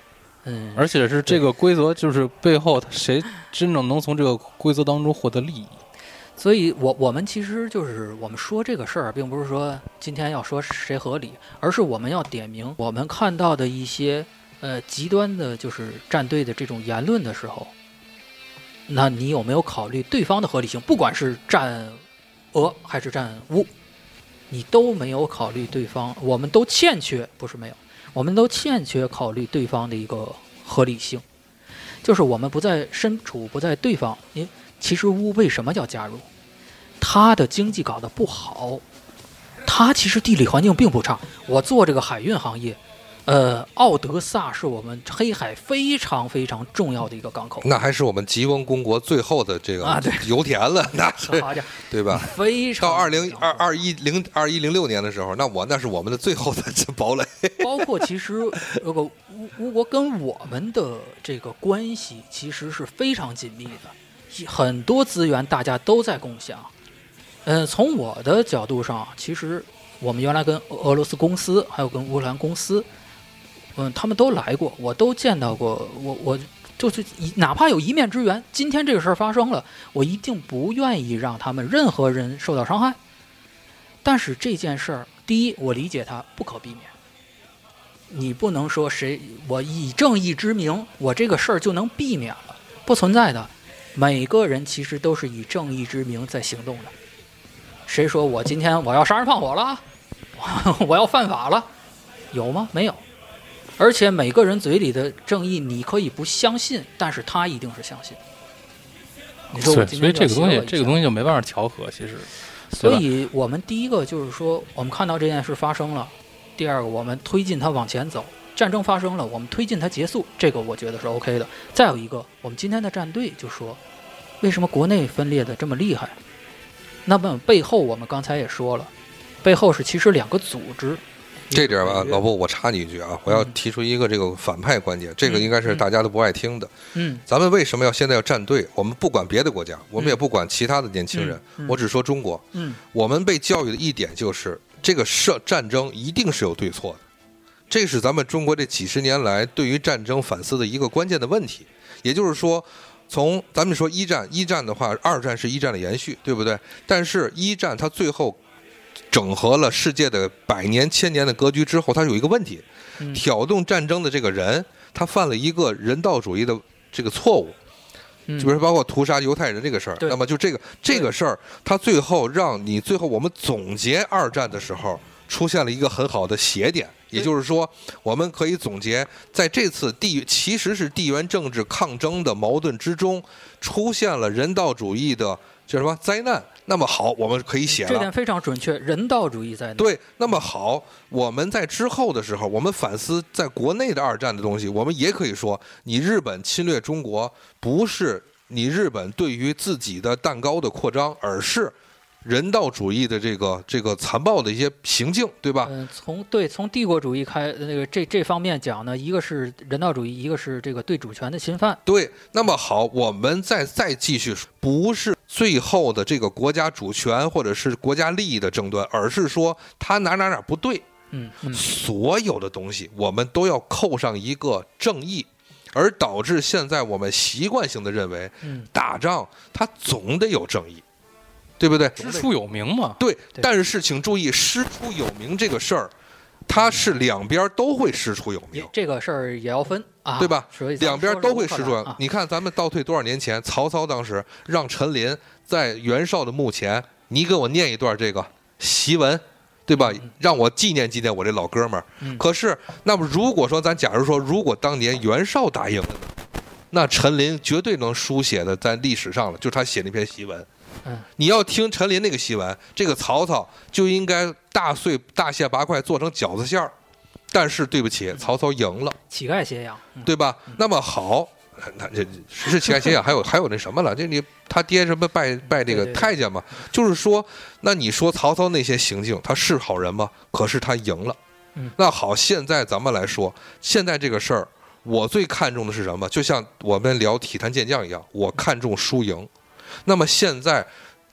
而且是这个规则，就是背后谁真正能从这个规则当中获得利益。 所以我们其实就是我们说这个事儿，并不是说今天要说谁合理，而是我们要点名我们看到的一些极端的，就是站队的这种言论的时候，那你有没有考虑对方的合理性？不管是站俄还是站乌，你都没有考虑对方，我们都欠缺，不是没有，我们都欠缺考虑对方的一个合理性，就是我们不在身处不在对方，其实乌为什么要加入？它的经济搞得不好，它其实地理环境并不差。我做这个海运行业，奥德萨是我们黑海非常非常重要的一个港口。 那还是我们吉翁公国最后的这个油田了，那是对吧？ 非常到2106年的时候，那是我们的最后的堡垒。 包括其实乌国跟我们的这个关系其实是非常紧密的，很多资源大家都在共享。从我的角度上，其实我们原来跟俄罗斯公司还有跟乌克兰公司，他们都来过，我都见到过，我就是哪怕有一面之缘，今天这个事儿发生了，我一定不愿意让他们任何人受到伤害。但是这件事儿，第一，我理解它不可避免，你不能说我以正义之名，我这个事儿就能避免了，不存在的。每个人其实都是以正义之名在行动的。谁说我今天我要杀人放火了，我要犯法了，有吗？没有。而且每个人嘴里的正义，你可以不相信，但是他一定是相信。你说我今天所以这个东西就没办法调和，其实。 所以我们第一个就是说，我们看到这件事发生了；第二个，我们推进它往前走。战争发生了，我们推进它结束，这个我觉得是 OK 的。再有一个，我们今天的战队就说，为什么国内分裂的这么厉害？那么背后我们刚才也说了，背后是其实两个组织。 这点吧，老布，我插你一句啊，我要提出一个这个反派观点，这个应该是大家都不爱听的。咱们为什么现在要站队？我们不管别的国家，我们也不管其他的年轻人，我只说中国。我们被教育的一点就是，这个战争一定是有对错的，这是咱们中国这几十年来对于战争反思的一个关键的问题。也就是说，从咱们说一战的话，二战是一战的延续，对不对？但是一战它最后整合了世界的百年千年的格局之后，它有一个问题，挑动战争的这个人，他犯了一个人道主义的这个错误，就比如说包括屠杀犹太人这个事儿。那么就这个事儿，它最后我们总结二战的时候，出现了一个很好的斜点。也就是说，我们可以总结，在这次其实是地缘政治抗争的矛盾之中，出现了人道主义的叫什么灾难。那么好，我们可以写了， 这点非常准确，人道主义灾难。 对，那么好，我们在之后的时候，我们反思在国内的二战的东西，我们也可以说，你日本侵略中国，不是你日本对于自己的蛋糕的扩张，而是人道主义的这个残暴的一些行径，对吧？ 从帝国主义这方面讲呢，一个是人道主义，一个是这个对主权的侵犯。 对，那么好，我们再继续，不是最后的这个国家主权或者是国家利益的争端，而是说他哪不对。所有的东西我们都要扣上一个正义，而导致现在我们习惯性的认为，打仗它总得有正义。对不对？ 师出有名嘛。 对，但是请注意，师出有名这个事儿，它是两边都会师出有名。 这个事儿也要分啊， 对吧？两边都会师出有名。你看，咱们倒退多少年前，曹操当时让陈琳在袁绍的墓前，你给我念一段这个檄文，对吧？让我纪念纪念我这老哥们儿。可是，那么如果说假如说，如果当年袁绍答应了呢，那陈琳绝对能书写的在历史上了，就是他写那篇檄文。你要听陈琳那个檄文，这个曹操就应该大卸八块做成饺子馅儿，但是对不起，曹操赢了， 乞丐斜阳， 对吧？那么好，那这是乞丐斜阳，还有那什么了？这他爹什么拜这个太监嘛？就是说，那你说曹操那些行径，他是好人吗？可是他赢了。那好，现在咱们来说，现在这个事儿，我最看重的是什么？就像我们聊体坛健将一样，我看重输赢。那么现在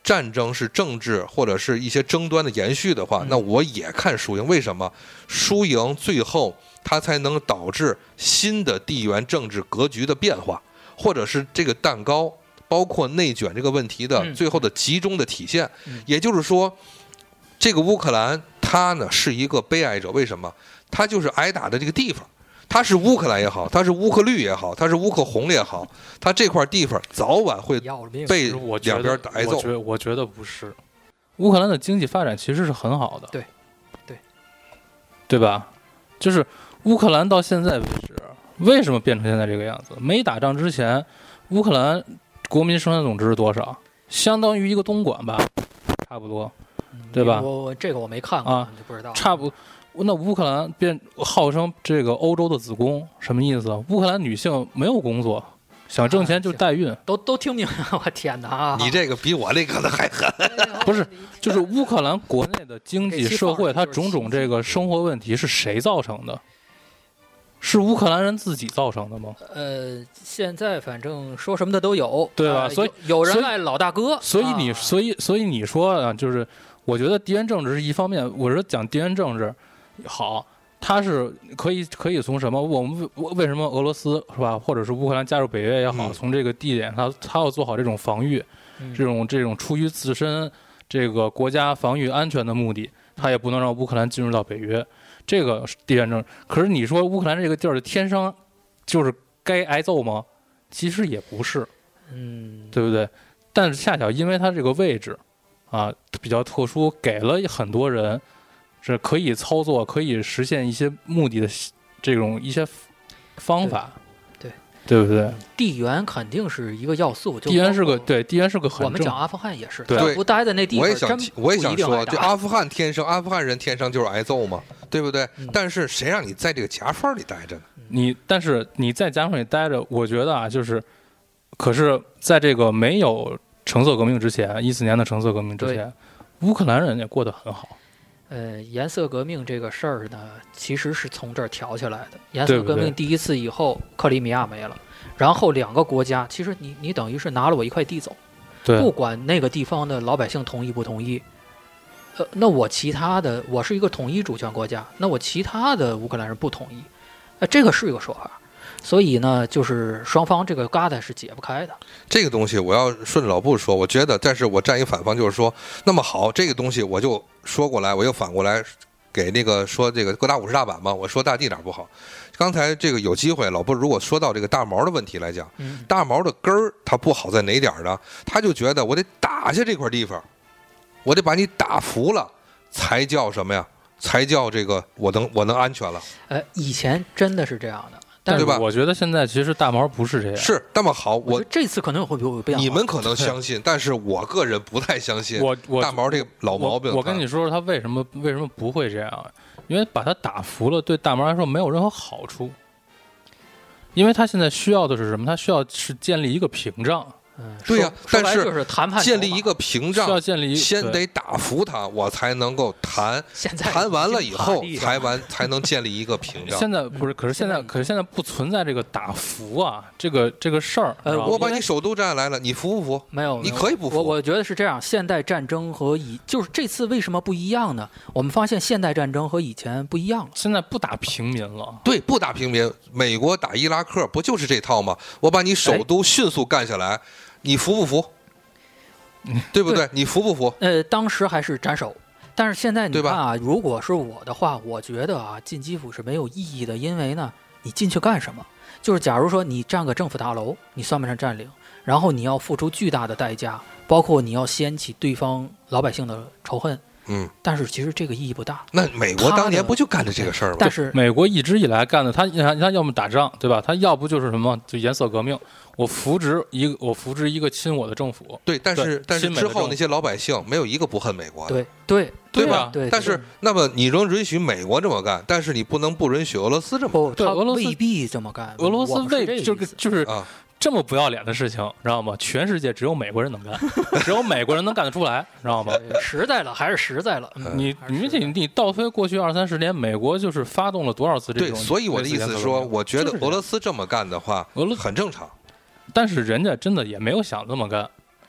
战争是政治或者是一些争端的延续的话，那我也看输赢。为什么？输赢最后它才能导致新的地缘政治格局的变化，或者是这个蛋糕包括内卷这个问题的最后的集中的体现。也就是说，这个乌克兰它呢是一个悲哀者。为什么？它就是挨打的这个地方。它是乌克兰也好，它是乌克绿也好，它是乌克红也好，它这块地方早晚会被两边挨揍。 我觉得不是，乌克兰的经济发展其实是很好的，对吧？就是乌克兰到现在为止，为什么变成现在这个样子？没打仗之前，乌克兰国民生产总值是多少？相当于一个东莞吧，差不多，对吧？ 这个我没看过啊，就不知道。 差不。那乌克兰号称这个欧洲的子宫，什么意思？乌克兰女性没有工作，想挣钱就代孕， 都听明白了。我天哪！ 你这个比我那个的还狠。 不是，就是乌克兰国内的经济社会，它种种这个生活问题是谁造成的？是乌克兰人自己造成的吗？ 现在反正说什么的都有， 对吧？所以有人爱老大哥。 所以你说啊，就是我觉得地缘政治是一方面，我是讲地缘政治。好，它是可以从什么？我们为什么俄罗斯是吧，或者是乌克兰加入北约也好，从这个地点它要做好这种防御，这种出于自身这个国家防御安全的目的，它也不能让乌克兰进入到北约。这个是地缘政治。可是你说乌克兰这个地儿天生就是该挨揍吗？其实也不是，对不对？但是恰巧因为它这个位置啊比较特殊，给了很多人。是可以操作、可以实现一些目的的这种一些方法，对不对？ 地缘肯定是一个要素， 地缘是个很。 我们讲阿富汗也是， 对， 不待在那地方， 我也想说，就阿富汗人天生就是挨揍嘛，对不对？但是谁让你在这个夹缝里待着呢？ 但是你在夹缝里待着，我觉得啊，就是，可是在这个没有橙色革命之前，14年的橙色革命之前，乌克兰人也过得很好。 颜色革命这个事儿呢，其实是从这儿挑起来的。颜色革命第一次以后，克里米亚没了，然后两个国家，其实你等于是拿了我一块地走，不管那个地方的老百姓同意不同意，那我其他的我是一个统一主权国家，那我其他的乌克兰人不同意，这个是一个说法。所以呢，就是双方这个疙瘩是解不开的。 这个东西我要顺着老布说，我觉得，但是我站一反方，就是说，那么好，这个东西我就说过来，我又反过来给那个说这个各打50大板嘛，我说大地哪不好？刚才这个有机会，老布如果说到这个大毛的问题来讲，大毛的根儿它不好在哪点呢？他就觉得我得打下这块地方，我得把你打服了，才叫什么呀？才叫这个我能安全了。 以前真的是这样的。 但是我觉得现在其实大毛不是这样。 是那么好， 我这次可能会有变化。 你们可能相信，但是我个人不太相信。大毛这个老毛病。 我跟你说，他为什么不会这样？因为把他打服了，对大毛来说没有任何好处。因为他现在需要的是什么？他需要是建立一个屏障。 对呀，但是就是谈判建立一个屏障， 先得打服他，我才能够谈。谈完了以后，才能建立一个屏障。 现在不是，可是现在不存在这个打服啊，这个事儿。 我把你首都占下来了，你服不服？ 没有， 你可以不服。 我觉得是这样，现代战争和就是这次为什么不一样呢？我们发现现代战争和以前不一样了。 现在不打平民了。 对，不打平民。美国打伊拉克不就是这套吗？我把你首都迅速干下来。你服不服？对不对？你服不服？ 当时还是斩首，但是现在你看啊，如果是我的话，我觉得啊，进基辅是没有意义的，因为呢，你进去干什么？就是假如说你占个政府大楼，你算不上占领，然后你要付出巨大的代价，包括你要掀起对方老百姓的仇恨。但是其实这个意义不大。 那美国当年不就干的这个事儿吗？ 但是美国一直以来干的，他要么打仗，对吧？他要不就是什么，就颜色革命。我扶植一个亲我的政府。 对，但是之后那些老百姓没有一个不恨美国的。 对吧？ 对。 但是那么你能允许美国这么干，但是你不能不允许俄罗斯这么干。 对， 俄罗斯未必这么干。 俄罗斯就是啊。这么不要脸的事情，知道吗？全世界只有美国人能干，只有美国人能干得出来，知道吗？ 实在了，还是实在了。 你倒推过去20-30年，美国就是发动了多少次这种？ 对，所以我的意思是说，我觉得俄罗斯这么干的话，很正常。 但是人家真的也没有想这么干。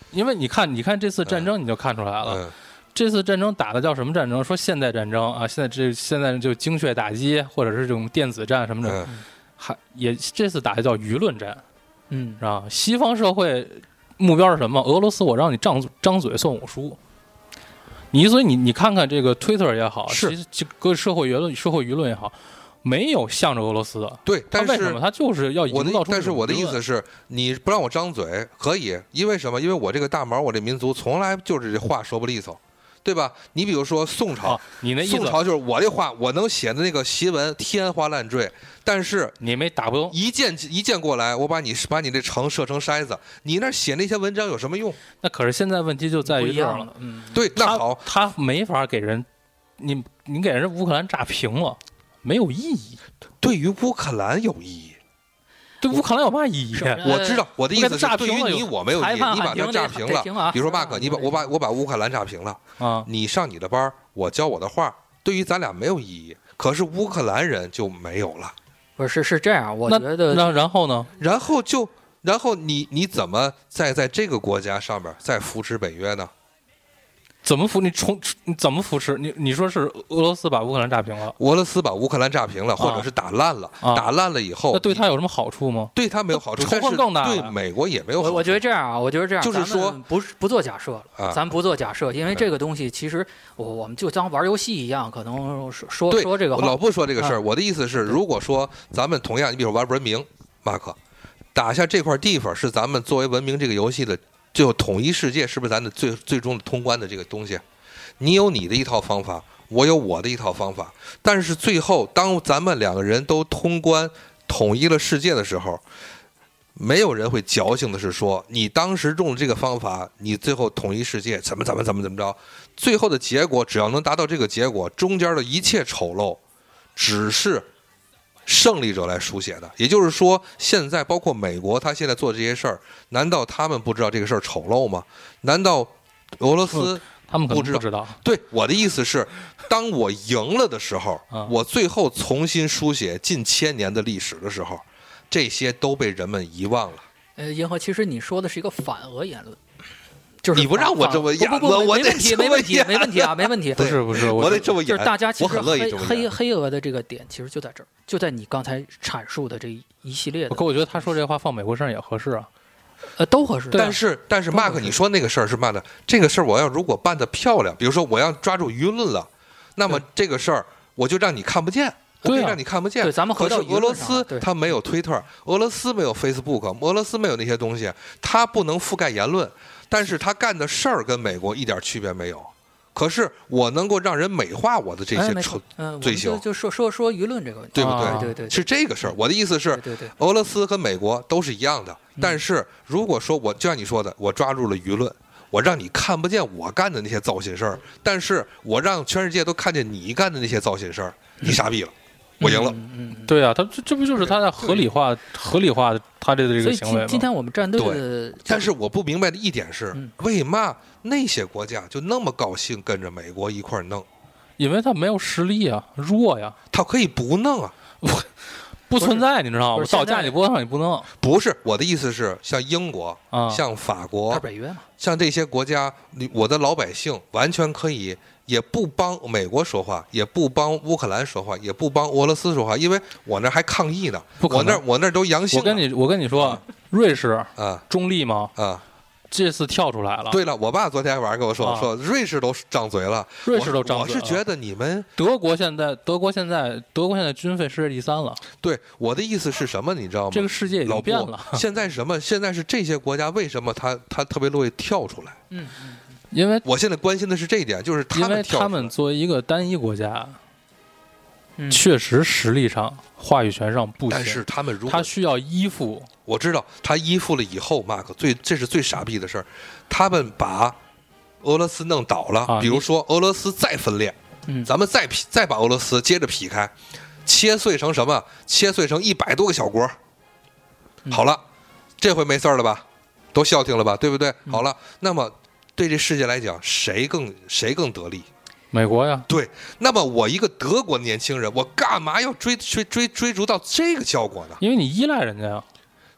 因为你看这次战争你就看出来了，这次战争打的叫什么战争？说现代战争啊，现在就精确打击或者是这种电子战什么的，这次打的叫舆论战，是吧？西方社会目标是什么？俄罗斯我让你张嘴算我输。所以你看看这个 Twitter 也好， 是各社会舆论也好，没有向着俄罗斯的。 对，但是为什么他就是要营造出？ 但是我的意思是，你不让我张嘴可以，因为什么？因为我这个大毛，我这民族从来就是这话说不利索。对吧？你比如说宋朝， 你那意思宋朝就是我这话，我能写的那个檄文天花乱坠，但是你没打不动， 一箭过来，我把你这城射成筛子，你那写那些文章有什么用？ 那可是现在问题就在于这儿了。 对，那好， 他没法给人，你给人乌克兰炸平了，没有意义。 对于乌克兰有意义。 对乌克兰有嘛意义？ 我知道，我的意思是，对于你我没有意义，你把它炸平了。比如说马克，我把乌克兰炸平了啊，你上你的班，我教我的话，对于咱俩没有意义。可是乌克兰人就没有了。 不是这样，我觉得那然后呢？ 然后你怎么在这个国家上面再扶持北约呢？ 怎么怎么扶持？你说是俄罗斯把乌克兰炸平了， 俄罗斯把乌克兰炸平了，或者是打烂了，打烂了以后， 那对他有什么好处吗？ 对他没有好处， 仇恨更大。 对美国也没有好处。 我觉得这样啊， 就是说不做假设了，咱不做假设，因为这个东西其实我们就当玩游戏一样，可能说这个话。 我老不说这个事儿，我的意思是，如果说咱们同样，你比如玩文明，马克打下这块地方是咱们作为文明这个游戏的。就统一世界是不是咱的最终的通关的这个东西？你有你的一套方法，我有我的一套方法，但是最后当咱们两个人都通关统一了世界的时候，没有人会矫情的是说你当时用这个方法，你最后统一世界怎么着，最后的结果只要能达到这个结果，中间的一切丑陋只是胜利者来书写的。也就是说，现在包括美国，他现在做这些事儿，难道他们不知道这个事儿丑陋吗？难道俄罗斯他们不知道？对，我的意思是，当我赢了的时候，我最后重新书写近1000年的历史的时候，这些都被人们遗忘了。 银河，其实你说的是一个反俄言论。就是你不让我这么演，我得没问题啊，没问题。 不是， 我得这么演。 就是大家其实黑俄的这个点，其实就在这儿，就在你刚才阐述的这一系列的。 可我觉得他说这话放美国身上也合适啊， 都合适。 但是 Mark， 你说那个事儿是嘛的？这个事儿我要如果办得漂亮，比如说我要抓住舆论了，那么这个事儿我就让你看不见。 对， 让你看不见。 对，咱们可是俄罗斯它没有推特，俄罗斯没有 Facebook， 俄罗斯没有那些东西，它不能覆盖言论。但是他干的事儿跟美国一点区别没有，可是我能够让人美化我的这些罪行， 就说舆论这个问题， 对不对？ 对， 是这个事儿。我的意思是，俄罗斯和美国都是一样的。但是如果说我就像你说的，我抓住了舆论，我让你看不见我干的那些糟心事儿，但是我让全世界都看见你干的那些糟心事儿，你傻逼了。我赢了， 对啊，他这不就是他在合理化他这个行为吗？ 今天我们战队的， 但是我不明白的一点是，为嘛那些国家就那么高兴跟着美国一块弄？ 因为他没有实力啊，弱呀， 他可以不弄啊， 不存在，你知道吗？到价你波上你不弄。 不是，我的意思是，像英国、像法国、 北约嘛， 像这些国家，我的老百姓完全可以。也不帮美国说话，也不帮乌克兰说话，也不帮俄罗斯说话，因为我那还抗议呢。我那都阳性。 我跟你说，瑞士中立吗？这次跳出来了。 对了，我爸昨天晚上跟我说瑞士都张嘴了。 瑞士都张嘴了。 我是觉得你们德国现在军费世界第3了。 对，我的意思是什么？你知道吗？ 这个世界已经变了。 现在是什么？现在是这些国家为什么他特别乐意跳出来？ 因为我现在关心的是这一点，就是因为他们作为一个单一国家，确实实力上、话语权上不行。 但是他们如果他需要依附， 我知道他依附了以后 ，Mark 这是最傻逼的事儿。他们把俄罗斯弄倒了，比如说俄罗斯再分裂，咱们再把俄罗斯接着劈开，切碎成什么？切碎成100多个小国。好了，这回没事了吧？都消停了吧？对不对？好了，那么。对这世界来讲，谁更得利？ 美国呀。 对，那么我一个德国年轻人，我干嘛要追逐到这个效果呢？ 因为你依赖人家呀。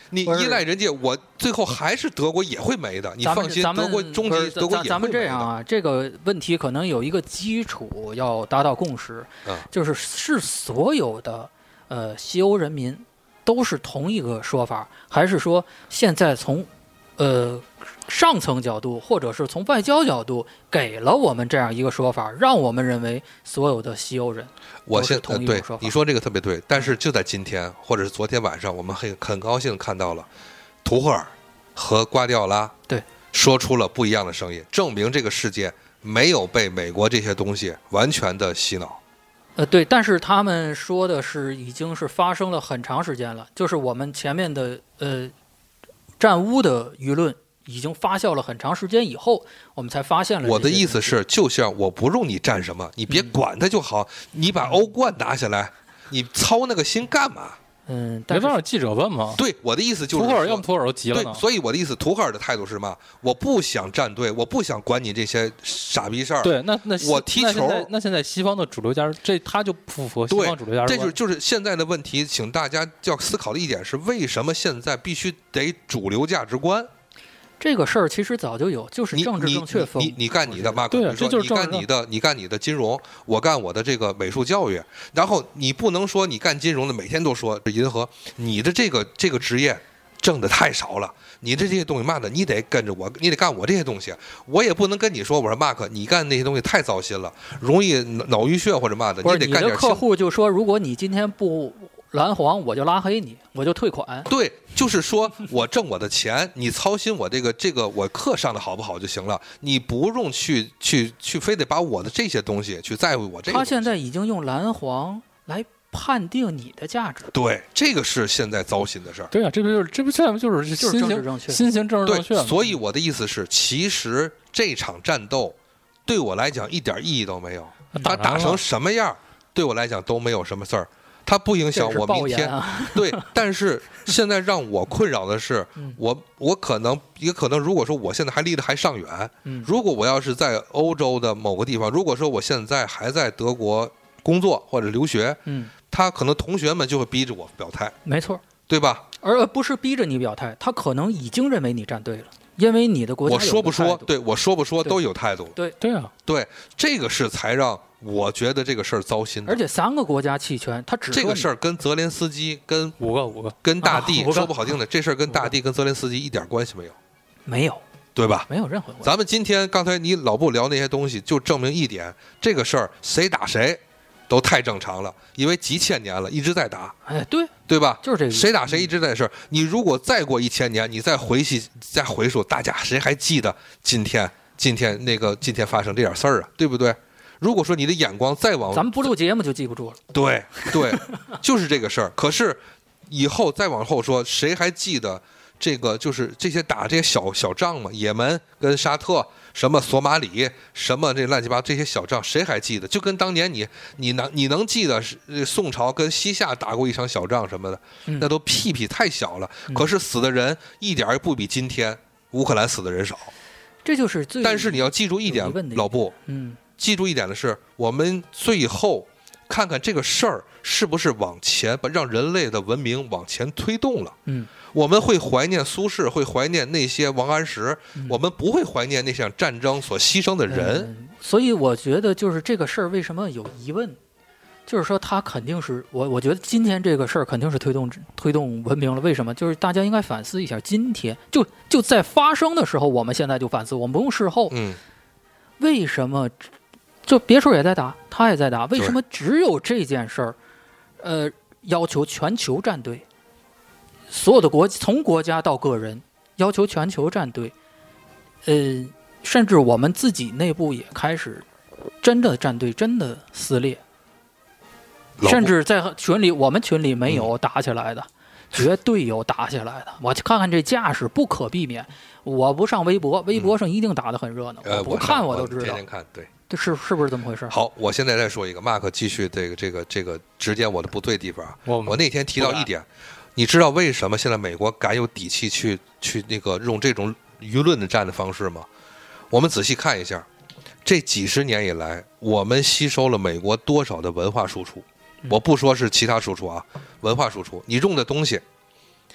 你依赖人家，我最后还是德国也会没的。你放心，德国终极德国也会没的。 咱们这样啊，这个问题可能有一个基础要达到共识，就是所有的西欧人民都是同一个说法，还是说现在从上层角度或者是从外交角度给了我们这样一个说法，让我们认为所有的西欧人都是同一种说法。 对，你说这个特别对，但是就在今天或者是昨天晚上，我们很高兴看到了图赫尔和瓜迪奥拉对说出了不一样的声音，证明这个世界没有被美国这些东西完全的洗脑。 对，但是他们说的是已经是发生了很长时间了，就是我们前面的战乌的舆论已经发酵了很长时间以后，我们才发现了。 我的意思是，就像我不用你战什么，你别管它就好。你把欧冠拿下来，你操那个心干嘛？ 没办法，记者问嘛。 对，我的意思就是图赫尔要不图赫尔都急了呢。 对，所以我的意思，图赫尔的态度是什么？我不想站队，我不想管你这些傻逼事儿。 对，那我踢球。 那现在西方的主流价值，这他就不符合西方主流价值观。 这就是现在的问题，请大家要思考的一点是，为什么现在必须得主流价值观？ 这个事儿其实早就有，就是政治正确风。 你干你的马克， 对，这就是你干你的金融，我干我的这个美术教育。然后你不能说你干金融的每天都说银河，你的这个职业挣的太少了，你的这些东西嘛的，你得跟着我，你得干我这些东西。我也不能跟你说，我说马克，你干那些东西太糟心了，容易脑淤血或者嘛的，你得干点。 你的客户就说，如果你今天不蓝黄，我就拉黑你，我就退款。 对，就是说我挣我的钱，你操心我这个我课上的好不好就行了，你不用去非得把我的这些东西去在乎我这个。 他现在已经用蓝黄来判定你的价值。 对，这个是现在糟心的事儿。 对啊，这不现在就是新型政治正确。 所以我的意思是，其实这场战斗对我来讲一点意义都没有，他打成什么样对我来讲都没有什么事儿。它不影响我明天，对，但是现在让我困扰的是，我也可能，如果说我现在还离得还尚远，如果我要是在欧洲的某个地方，如果说我现在还在德国工作或者留学，他可能同学们就会逼着我表态， 没错， 对吧？ 而不是逼着你表态，他可能已经认为你站队了。因为你的国家有态度， 我说不说，对我说不说都有态度。 对啊， 对，这个是才让我觉得这个事儿糟心的。 而且3个国家弃权，他只这个事儿跟泽连斯基跟 5个跟大帝说不好听的，这事儿跟大帝跟泽连斯基一点关系没有， 没有， 对吧？ 没有任何关系。 咱们今天刚才你老布聊那些东西，就证明一点，这个事儿谁打谁都太正常了，因为几千年了，一直在打。 哎， 对吧？ 就是这个， 谁打谁一直在事。你如果再过1000年，你再回溯，大家谁还记得今天发生这点事儿啊？对不对？如果说你的眼光再往， 咱们不录节目就记不住了。 对，就是这个事儿。可是以后再往后说，谁还记得这个？就是这些打这些小仗嘛，也门跟沙特。什么索马里，什么这乱七八糟这些小仗，谁还记得？就跟当年你能记得宋朝跟西夏打过一场小仗什么的，那都屁太小了。可是死的人一点也不比今天乌克兰死的人少。 这就是但是你要记住一点，老布，记住一点的是，我们最后看看这个事儿是不是往前让人类的文明往前推动了。我们会怀念苏轼，会怀念那些王安石，我们不会怀念那场战争所牺牲的人。 所以我觉得就是这个事儿为什么有疑问，就是说它肯定是我觉得今天这个事儿肯定是推动文明了。为什么？就是大家应该反思一下，今天就在发生的时候，我们现在就反思，我们不用事后。为什么就别处也在打，他也在打，为什么只有这件事儿，要求全球站队？所有的从国家到个人要求全球站队，甚至我们自己内部也开始真的站队，真的撕裂，甚至在我们群里没有打起来的，绝对有打起来的。我看看这架势不可避免。我不上微博上一定打得很热闹，我不看我都知道。 天天看，对， 是不是这么回事？ 好，我现在再说一个，Mark继续这个指点我的不对地方。我那天提到一点。你知道为什么现在美国敢有底气去那个用这种舆论的战的方式吗？我们仔细看一下，这几十年以来，我们吸收了美国多少的文化输出？我不说是其他输出啊，文化输出。你用的东西，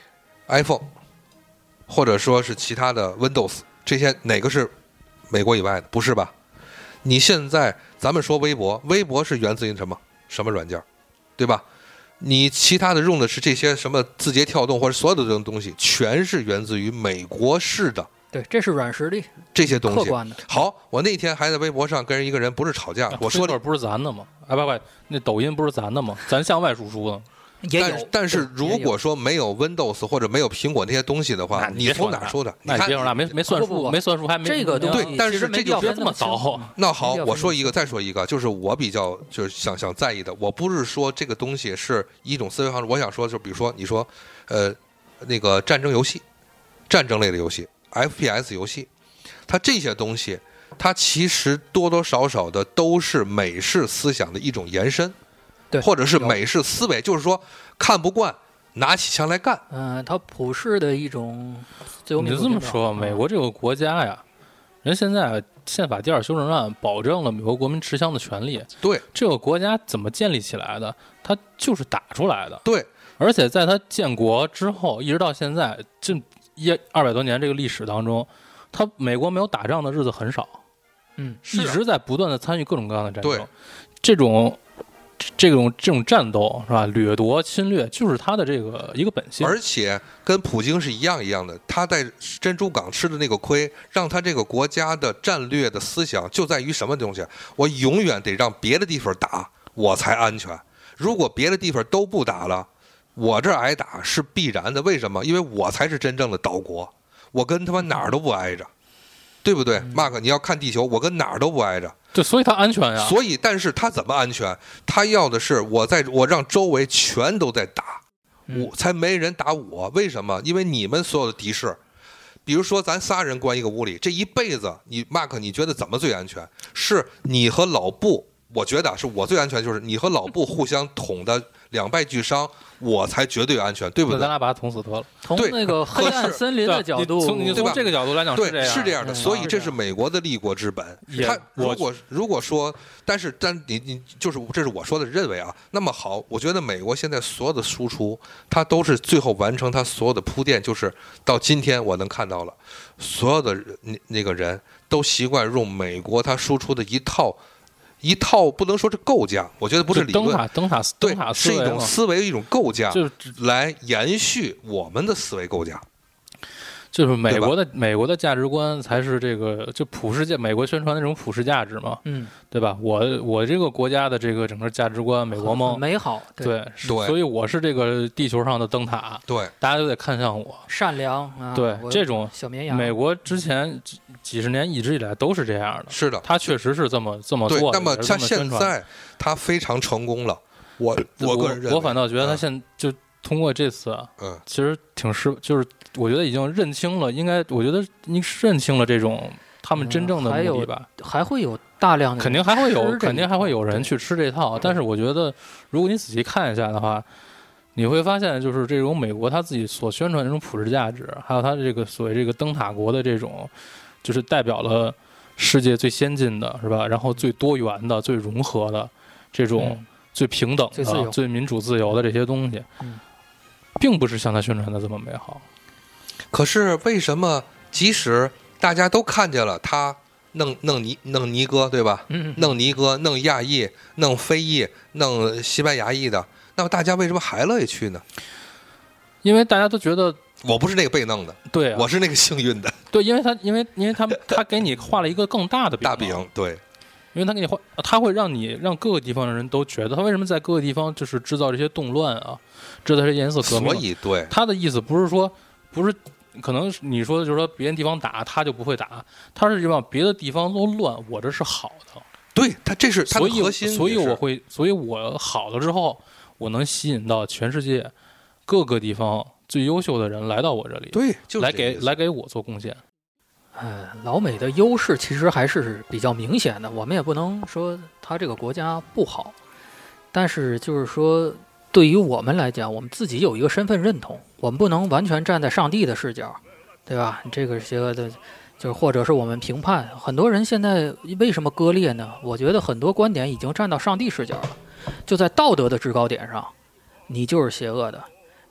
iPhone， 或者说是其他的 Windows， 这些哪个是美国以外的？不是吧？你现在咱们说微博，微博是源自于什么软件，对吧？你其他的用的是这些什么字节跳动或者所有的这种东西，全是源自于美国式的。 对，这是软实力， 这些东西客观的。 好，我那天还在微博上跟一个人不是吵架，我说的不是咱的吗？哎不，那抖音不是咱的吗？咱向外输出的。 但是如果说没有 Windows 或者没有苹果那些东西的话，你从哪说的？ 你别说那没算数，没算数还没这个东西。 对，但是这就别这么早。 那好，我说一个，再说一个，就是我比较就是想在意的，我不是说这个东西是一种思维方式，我想说就比如说你说那个战争游戏，战争类的游戏 FPS 游戏，它这些东西它其实多多少少的都是美式思想的一种延伸。 对， 或者是美式思维，就是说看不惯，拿起枪来干。 它普世的一种自由民主。 你就这么说，美国这个国家呀，人现在宪法第2修正案保证了美国国民持枪的权利。 对， 这个国家怎么建立起来的？它就是打出来的。 对， 而且在它建国之后，一直到现在这200多年这个历史当中，美国没有打仗的日子很少。一直在不断的参与各种各样的战争。 对， 这种战斗是吧？掠夺、侵略，就是他的这个一个本性。 而且跟普京是一样的，他在珍珠港吃的那个亏，让他这个国家的战略的思想就在于什么东西？我永远得让别的地方打，我才安全。如果别的地方都不打了，我这挨打是必然的。为什么？因为我才是真正的岛国，我跟他妈哪儿都不挨着。对不对，Mark？你要看地球，我跟哪儿都不挨着。 对，所以它安全呀。 所以，但是它怎么安全？他要的是我让周围全都在打，我才没人打我。为什么？因为你们所有的敌视，比如说咱仨人关一个屋里，这一辈子，Mark，你觉得怎么最安全？是你和老布，我觉得是我最安全，就是你和老布互相捅的2败俱伤。我才绝对安全，对不对？ 咱俩把他捅死得了。 从那个黑暗森林的角度， 从这个角度来讲， 对，是这样的。所以这是美国的立国之本。他如果说，但你就是这是我说的认为啊。那么好，我觉得美国现在所有的输出，它都是最后完成它所有的铺垫，就是到今天我能看到了，所有的那个人都习惯用美国它输出的一套不能说是构架，我觉得不是理论， 灯塔对，是一种思维，一种构架，就是来延续我们的思维构架。 就是美国的价值观才是这个就普世美国宣传的这种普世价值嘛，对吧？我这个国家的这个整个价值观，美国梦美好， 对，所以我是这个地球上的灯塔， 对， 大家都得看向我， 善良啊， 对，这种小绵羊， 美国之前几十年一直以来都是这样的， 是的， 他确实是这么做的。 那么他现在他非常成功了，我个人认为， 我反倒觉得他现就通过这次，其实就是我觉得已经认清了，我觉得你认清了这种他们真正的目的吧。 还会有大量的， 肯定还会有人去吃这套。但是我觉得，如果你仔细看一下的话，你会发现，就是这种美国他自己所宣传的这种普世价值，还有他这个所谓这个灯塔国的这种，就是代表了世界最先进的，是吧？然后最多元的、最融合的这种最平等的、最民主自由的这些东西。并不是像他宣传的这么美好。 可是为什么即使大家都看见了他弄尼哥，对吧？弄尼哥、弄亚裔、弄非裔、弄西班牙裔的，那么大家为什么还乐意去呢？ 因为大家都觉得我不是那个被弄的， 对、 我是那个幸运的。 对，因为他给你画了一个更大的大饼，对。 因为他给你画，他会让各个地方的人都觉得他为什么在各个地方就是制造这些动乱啊，制造这些颜色革命。 所以对他的意思不是可能你说的就是说别的地方打他就不会打，他是让别的地方都乱，我这是好的。 对，他这是他的核心。 所以我好了之后，我能吸引到全世界各个地方最优秀的人来到我这里， 对， 来给我做贡献。 老美的优势其实还是比较明显的，我们也不能说他这个国家不好，但是就是说对于我们来讲，我们自己有一个身份认同，我们不能完全站在上帝的视角，对吧？这个的就是或者是我们评判，很多人现在为什么割裂呢？我觉得很多观点已经站到上帝视角了，就在道德的制高点上，你就是邪恶的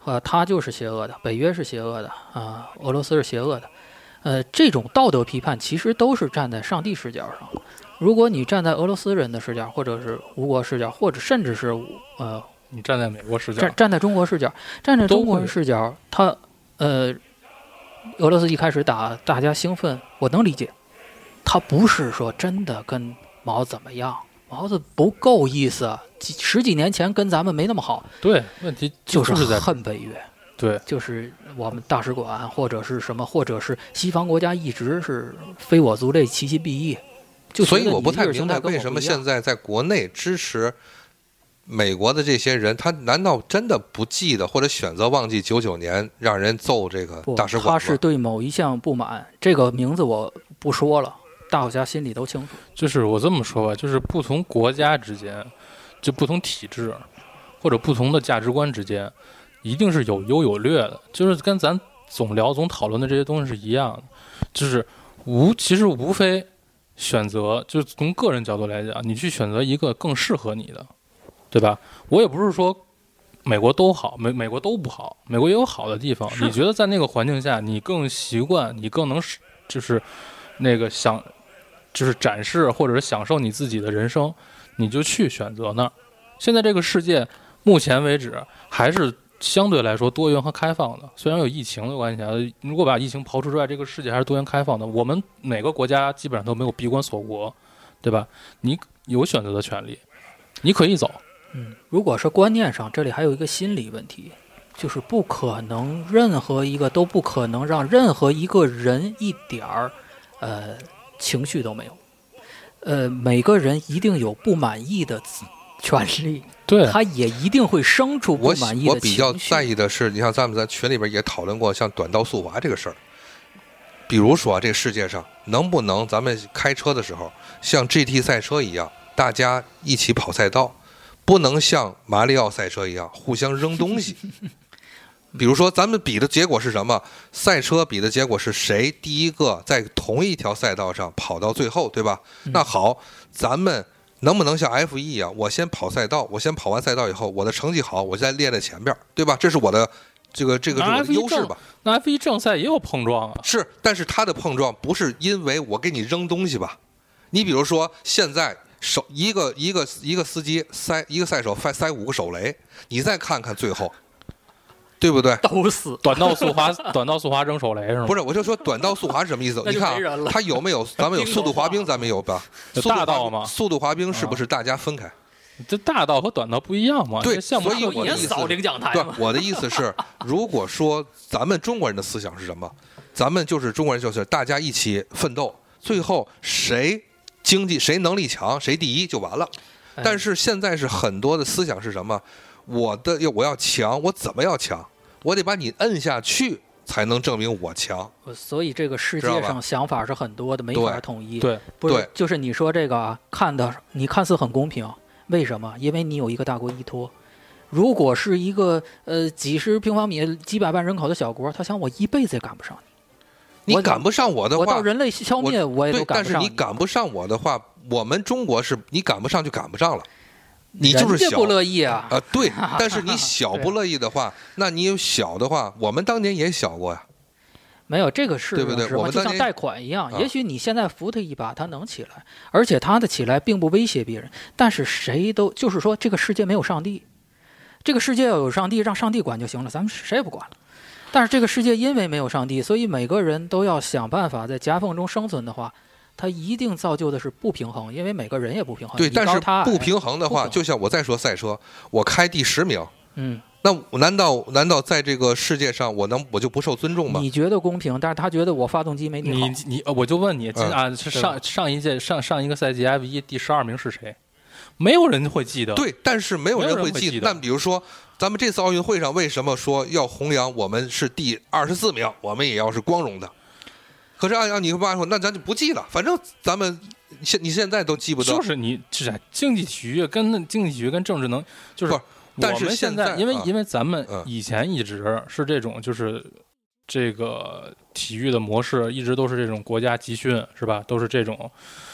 他就是邪恶的，北约是邪恶的啊，俄罗斯是邪恶的。这种道德批判其实都是站在上帝视角上。如果你站在俄罗斯人的视角，或者是吴国视角，或者甚至是你站在美国视角， 站在中国视角，站在中国人视角，他俄罗斯一开始打，大家兴奋，我能理解。他不是说真的跟毛怎么样，毛子不够意思，十几年前跟咱们没那么好。 对，问题就是恨北约。 对， 就是我们大使馆或者是什么，或者是西方国家一直是非我族类，其心必异。 所以我不太明白为什么现在在国内支持美国的这些人，他难道真的不记得或者选择忘记99年让人揍这个大使馆吗？ 他是对某一项不满，这个名字我不说了，大家心里都清楚。 就是我这么说吧，就是不同国家之间，就不同体制或者不同的价值观之间，一定是有优有劣的，就是跟咱总讨论的这些东西是一样的，就是其实无非选择，就是从个人角度来讲，你去选择一个更适合你的，对吧？我也不是说美国都好，美国都不好，美国也有好的地方。你觉得在那个环境下，你更习惯，你更能就是那个就是展示或者是享受你自己的人生，你就去选择那儿。现在这个世界目前为止还是相对来说多元和开放的，虽然有疫情的关系啊，如果把疫情刨除之外，这个世界还是多元开放的。我们每个国家基本上都没有闭关锁国，对吧？你有选择的权利，你可以走。 如果是观念上，这里还有一个心理问题，就是不可能任何一个都不可能让任何一个人一点儿情绪都没有。每个人一定有不满意的权利。 对， 他也一定会生出不满意的情绪。 我比较在意的是，你像咱们在群里边也讨论过像短道速滑这个事儿。比如说这个世界上能不能咱们开车的时候像 GT 赛车一样，大家一起跑赛道，不能像马里奥赛车一样互相扔东西。比如说咱们比的结果是什么？赛车比的结果是谁第一个在同一条赛道上跑到最后，对吧？那好，咱们能不能像 F1 一样，我先跑赛道，我先跑完赛道以后，我的成绩好，我再列在前边，对吧？这是我的这个优势吧？ 那 F1 正赛也有碰撞啊。 是，但是它的碰撞不是因为我给你扔东西吧？你比如说现在一个司机一个赛手塞5个手雷，你再看看最后，对不对？ 都死。 短道速滑扔手雷是吗？ 不是，我就说短道速滑是什么意思？你看他有没有？咱们有速度滑冰，咱们有吧？ 大道吗？ 速度滑冰是不是大家分开？ 这大道和短道不一样嘛？ 对， 所以我的意思，对，我的意思是，如果说咱们中国人的思想是什么？咱们就是中国人，就是大家一起奋斗，最后谁经济谁能力强，谁第一就完了。但是现在是很多的思想是什么？我要强，我怎么要强？我得把你摁下去，才能证明我强。 所以这个世界上想法是很多的，没法统一。 对， 不是，就是你说这个啊，你看似很公平，为什么？因为你有一个大国依托。如果是一个几十平方米、几百万人口的小国，他想我一辈子也赶不上你。 你赶不上我的话， 我到人类消灭我也都赶不上。 但是你赶不上我的话，我们中国是你赶不上就赶不上了。你就是小不乐意啊！ 对，但是你小不乐意的话，那你有小的话，我们当年也小过呀。 没有这个是， 对不对？我们就像贷款一样，也许你现在扶他一把，他能起来，而且他的起来并不威胁别人。但是谁都就是说，这个世界没有上帝，这个世界要有上帝，让上帝管就行了，咱们谁也不管了。但是这个世界因为没有上帝，所以每个人都要想办法在夹缝中生存的话。它一定造就的是不平衡，因为每个人也不平衡。 对，但是不平衡的话，就像我再说赛车，我开第10名，那难道在这个世界上我就不受尊重吗？ 你觉得公平，但是他觉得我发动机没你好。我就问你上一个赛季 F1 第12名是谁？没有人会记得。 对，但是没有人会记得。那比如说，咱们这次奥运会上为什么说要弘扬我们是第24名，我们也要是光荣的？可是按你爸说，那咱就不记了，反正咱们你现在都记不得。 就是你竞技体育跟政治能就是， 但是现在因为咱们以前一直是这种就是这个体育的模式一直都是这种国家集训是吧？都是这种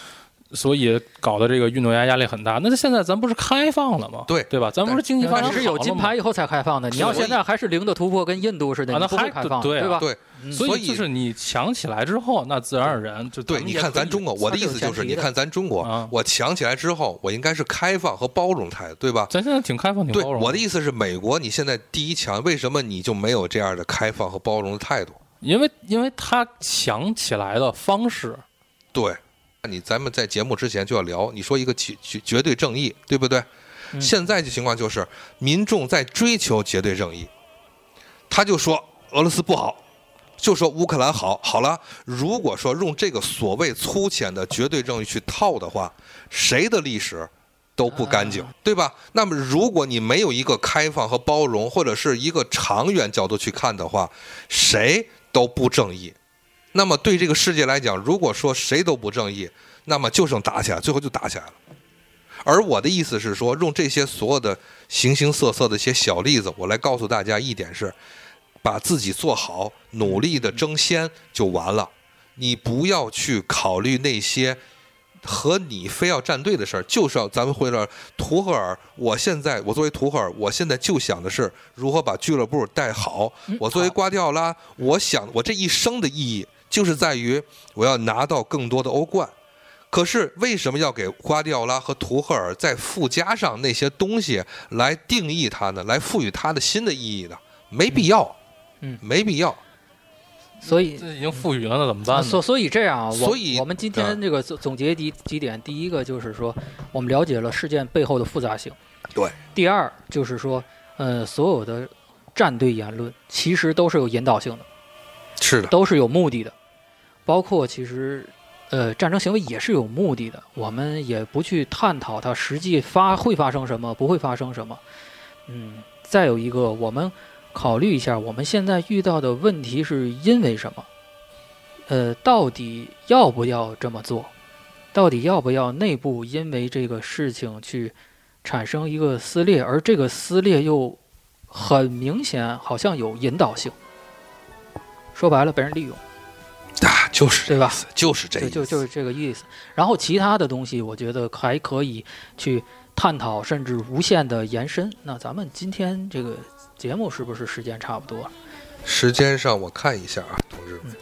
所以搞得这个运动员压力很大。那现在咱不是开放了吗？ 对吧？咱不是经济发展是有金牌以后才开放的。你要现在还是零的突破，跟印度似的， 那还开放， 对吧？ 对， 所以就是你强起来之后，那自然而然就对。你看咱中国，我的意思就是，你看咱中国，我强起来之后，我应该是开放和包容态度，对吧？ 咱现在挺开放，挺包容。 对，我的意思是，美国你现在第一强，为什么你就没有这样的开放和包容的态度？ 因为他强起来的方式， 对。咱们在节目之前就要聊，你说一个绝对正义，对不对？现在的情况就是民众在追求绝对正义，他就说俄罗斯不好，就说乌克兰好。好了，如果说用这个所谓粗浅的绝对正义去套的话，谁的历史都不干净，对吧？那么如果你没有一个开放和包容，或者是一个长远角度去看的话，谁都不正义。那么对这个世界来讲，如果说谁都不正义，那么就剩打起来，最后就打起来了。而我的意思是说，用这些所有的形形色色的一些小例子，我来告诉大家一点是，把自己做好，努力的争先就完了。你不要去考虑那些和你非要站队的事儿，就是要咱们回到图赫尔。我作为图赫尔，我现在就想的是如何把俱乐部带好。我作为瓜迪奥拉，我这一生的意义就是在于我要拿到更多的欧冠。可是为什么要给瓜迪奥拉和图赫尔再附加上那些东西来定义它呢？来赋予它的新的意义呢？没必要，没必要。 所以这已经赋予了，那怎么办呢？ 所以这样，我们今天这个总结几点，第一个就是说，我们了解了事件背后的复杂性。 对。 第二就是说，所有的站队言论其实都是有引导性的， 是的， 都是有目的的，包括其实。战争行为也是有目的的，我们也不去探讨它实际会发生什么，不会发生什么。再有一个，我们考虑一下，我们现在遇到的问题是因为什么？到底要不要这么做？到底要不要内部因为这个事情去产生一个撕裂？而这个撕裂又很明显，好像有引导性。说白了，被人利用。 就是对吧？ 就是这意思， 就是这个意思。然后其他的东西，我觉得还可以去探讨，甚至无限的延伸。那咱们今天这个节目是不是时间差不多？ 时间上我看一下啊，同志们，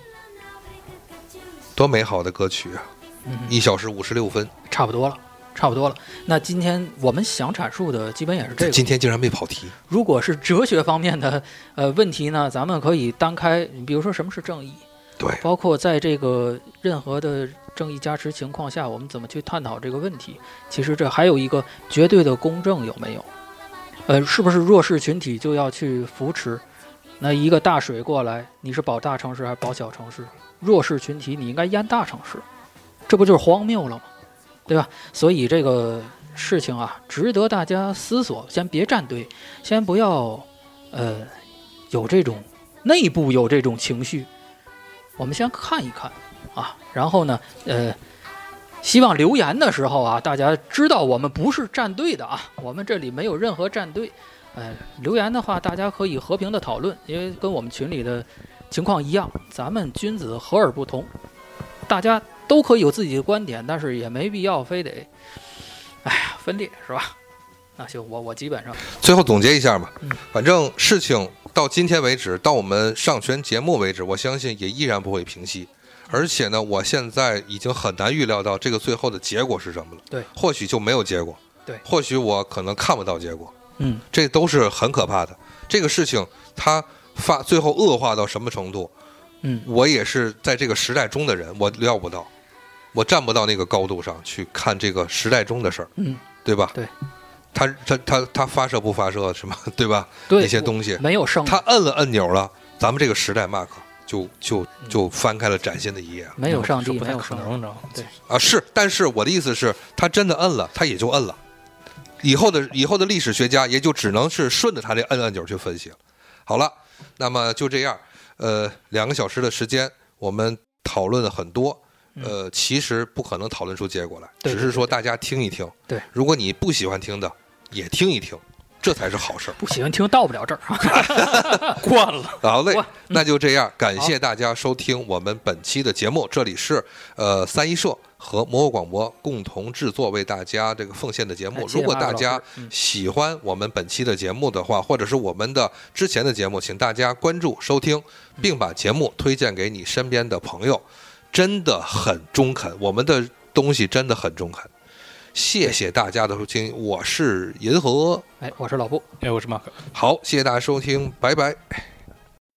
多美好的歌曲啊！1小时56分， 差不多了。那今天我们想阐述的基本也是这个。 今天竟然没跑题。 如果是哲学方面的问题呢，咱们可以单开，比如说什么是正义。 对， 包括在这个任何的正义加持情况下，我们怎么去探讨这个问题？其实这还有一个绝对的公正有没有？是不是弱势群体就要去扶持？那一个大水过来，你是保大城市还是保小城市？弱势群体你应该淹大城市，这不就是荒谬了吗？对吧？所以这个事情啊，值得大家思索。先别站队，先不要有这种内部有这种情绪。我们先看一看啊，然后呢，希望留言的时候啊，大家知道我们不是站队的啊，我们这里没有任何站队。留言的话，大家可以和平的讨论，因为跟我们群里的情况一样，咱们君子和而不同，大家都可以有自己的观点，但是也没必要非得，分裂是吧？那行，我基本上最后总结一下吧，反正事情。到今天为止，到我们上全节目为止，我相信也依然不会平息。而且呢，我现在已经很难预料到这个最后的结果是什么了。 对， 或许就没有结果。 对， 或许我可能看不到结果。这都是很可怕的。这个事情它最后恶化到什么程度？我也是在这个时代中的人，我料不到，我站不到那个高度上去看这个时代中的事儿。对吧？ 对。 他发射不发射什么，对吧？ 对， 那些东西没有胜。 他摁了按钮了，咱们这个时代 Mark 就翻开了崭新的一页。 没有上帝， 没有可能， 对啊，是。但是我的意思是，他真的摁了，他也就摁了。以后的历史学家也就只能是顺着他这摁按钮去分析了。好了，那么就这样，2个小时的时间，我们讨论了很多。其实不可能讨论出结果来，只是说大家听一听。 对， 如果你不喜欢听的，也听一听，这才是好事。 不喜欢听到不了这儿， 惯了。 好嘞，那就这样，感谢大家收听我们本期的节目，这里是3一社和魔火广播共同制作为大家这个奉献的节目。如果大家喜欢我们本期的节目的话，或者是我们的之前的节目，请大家关注收听，并把节目推荐给你身边的朋友。真的很中肯，我们的东西真的很中肯。谢谢大家的收听，我是银河， 我是老布， 我是马克。 好，谢谢大家收听，拜拜。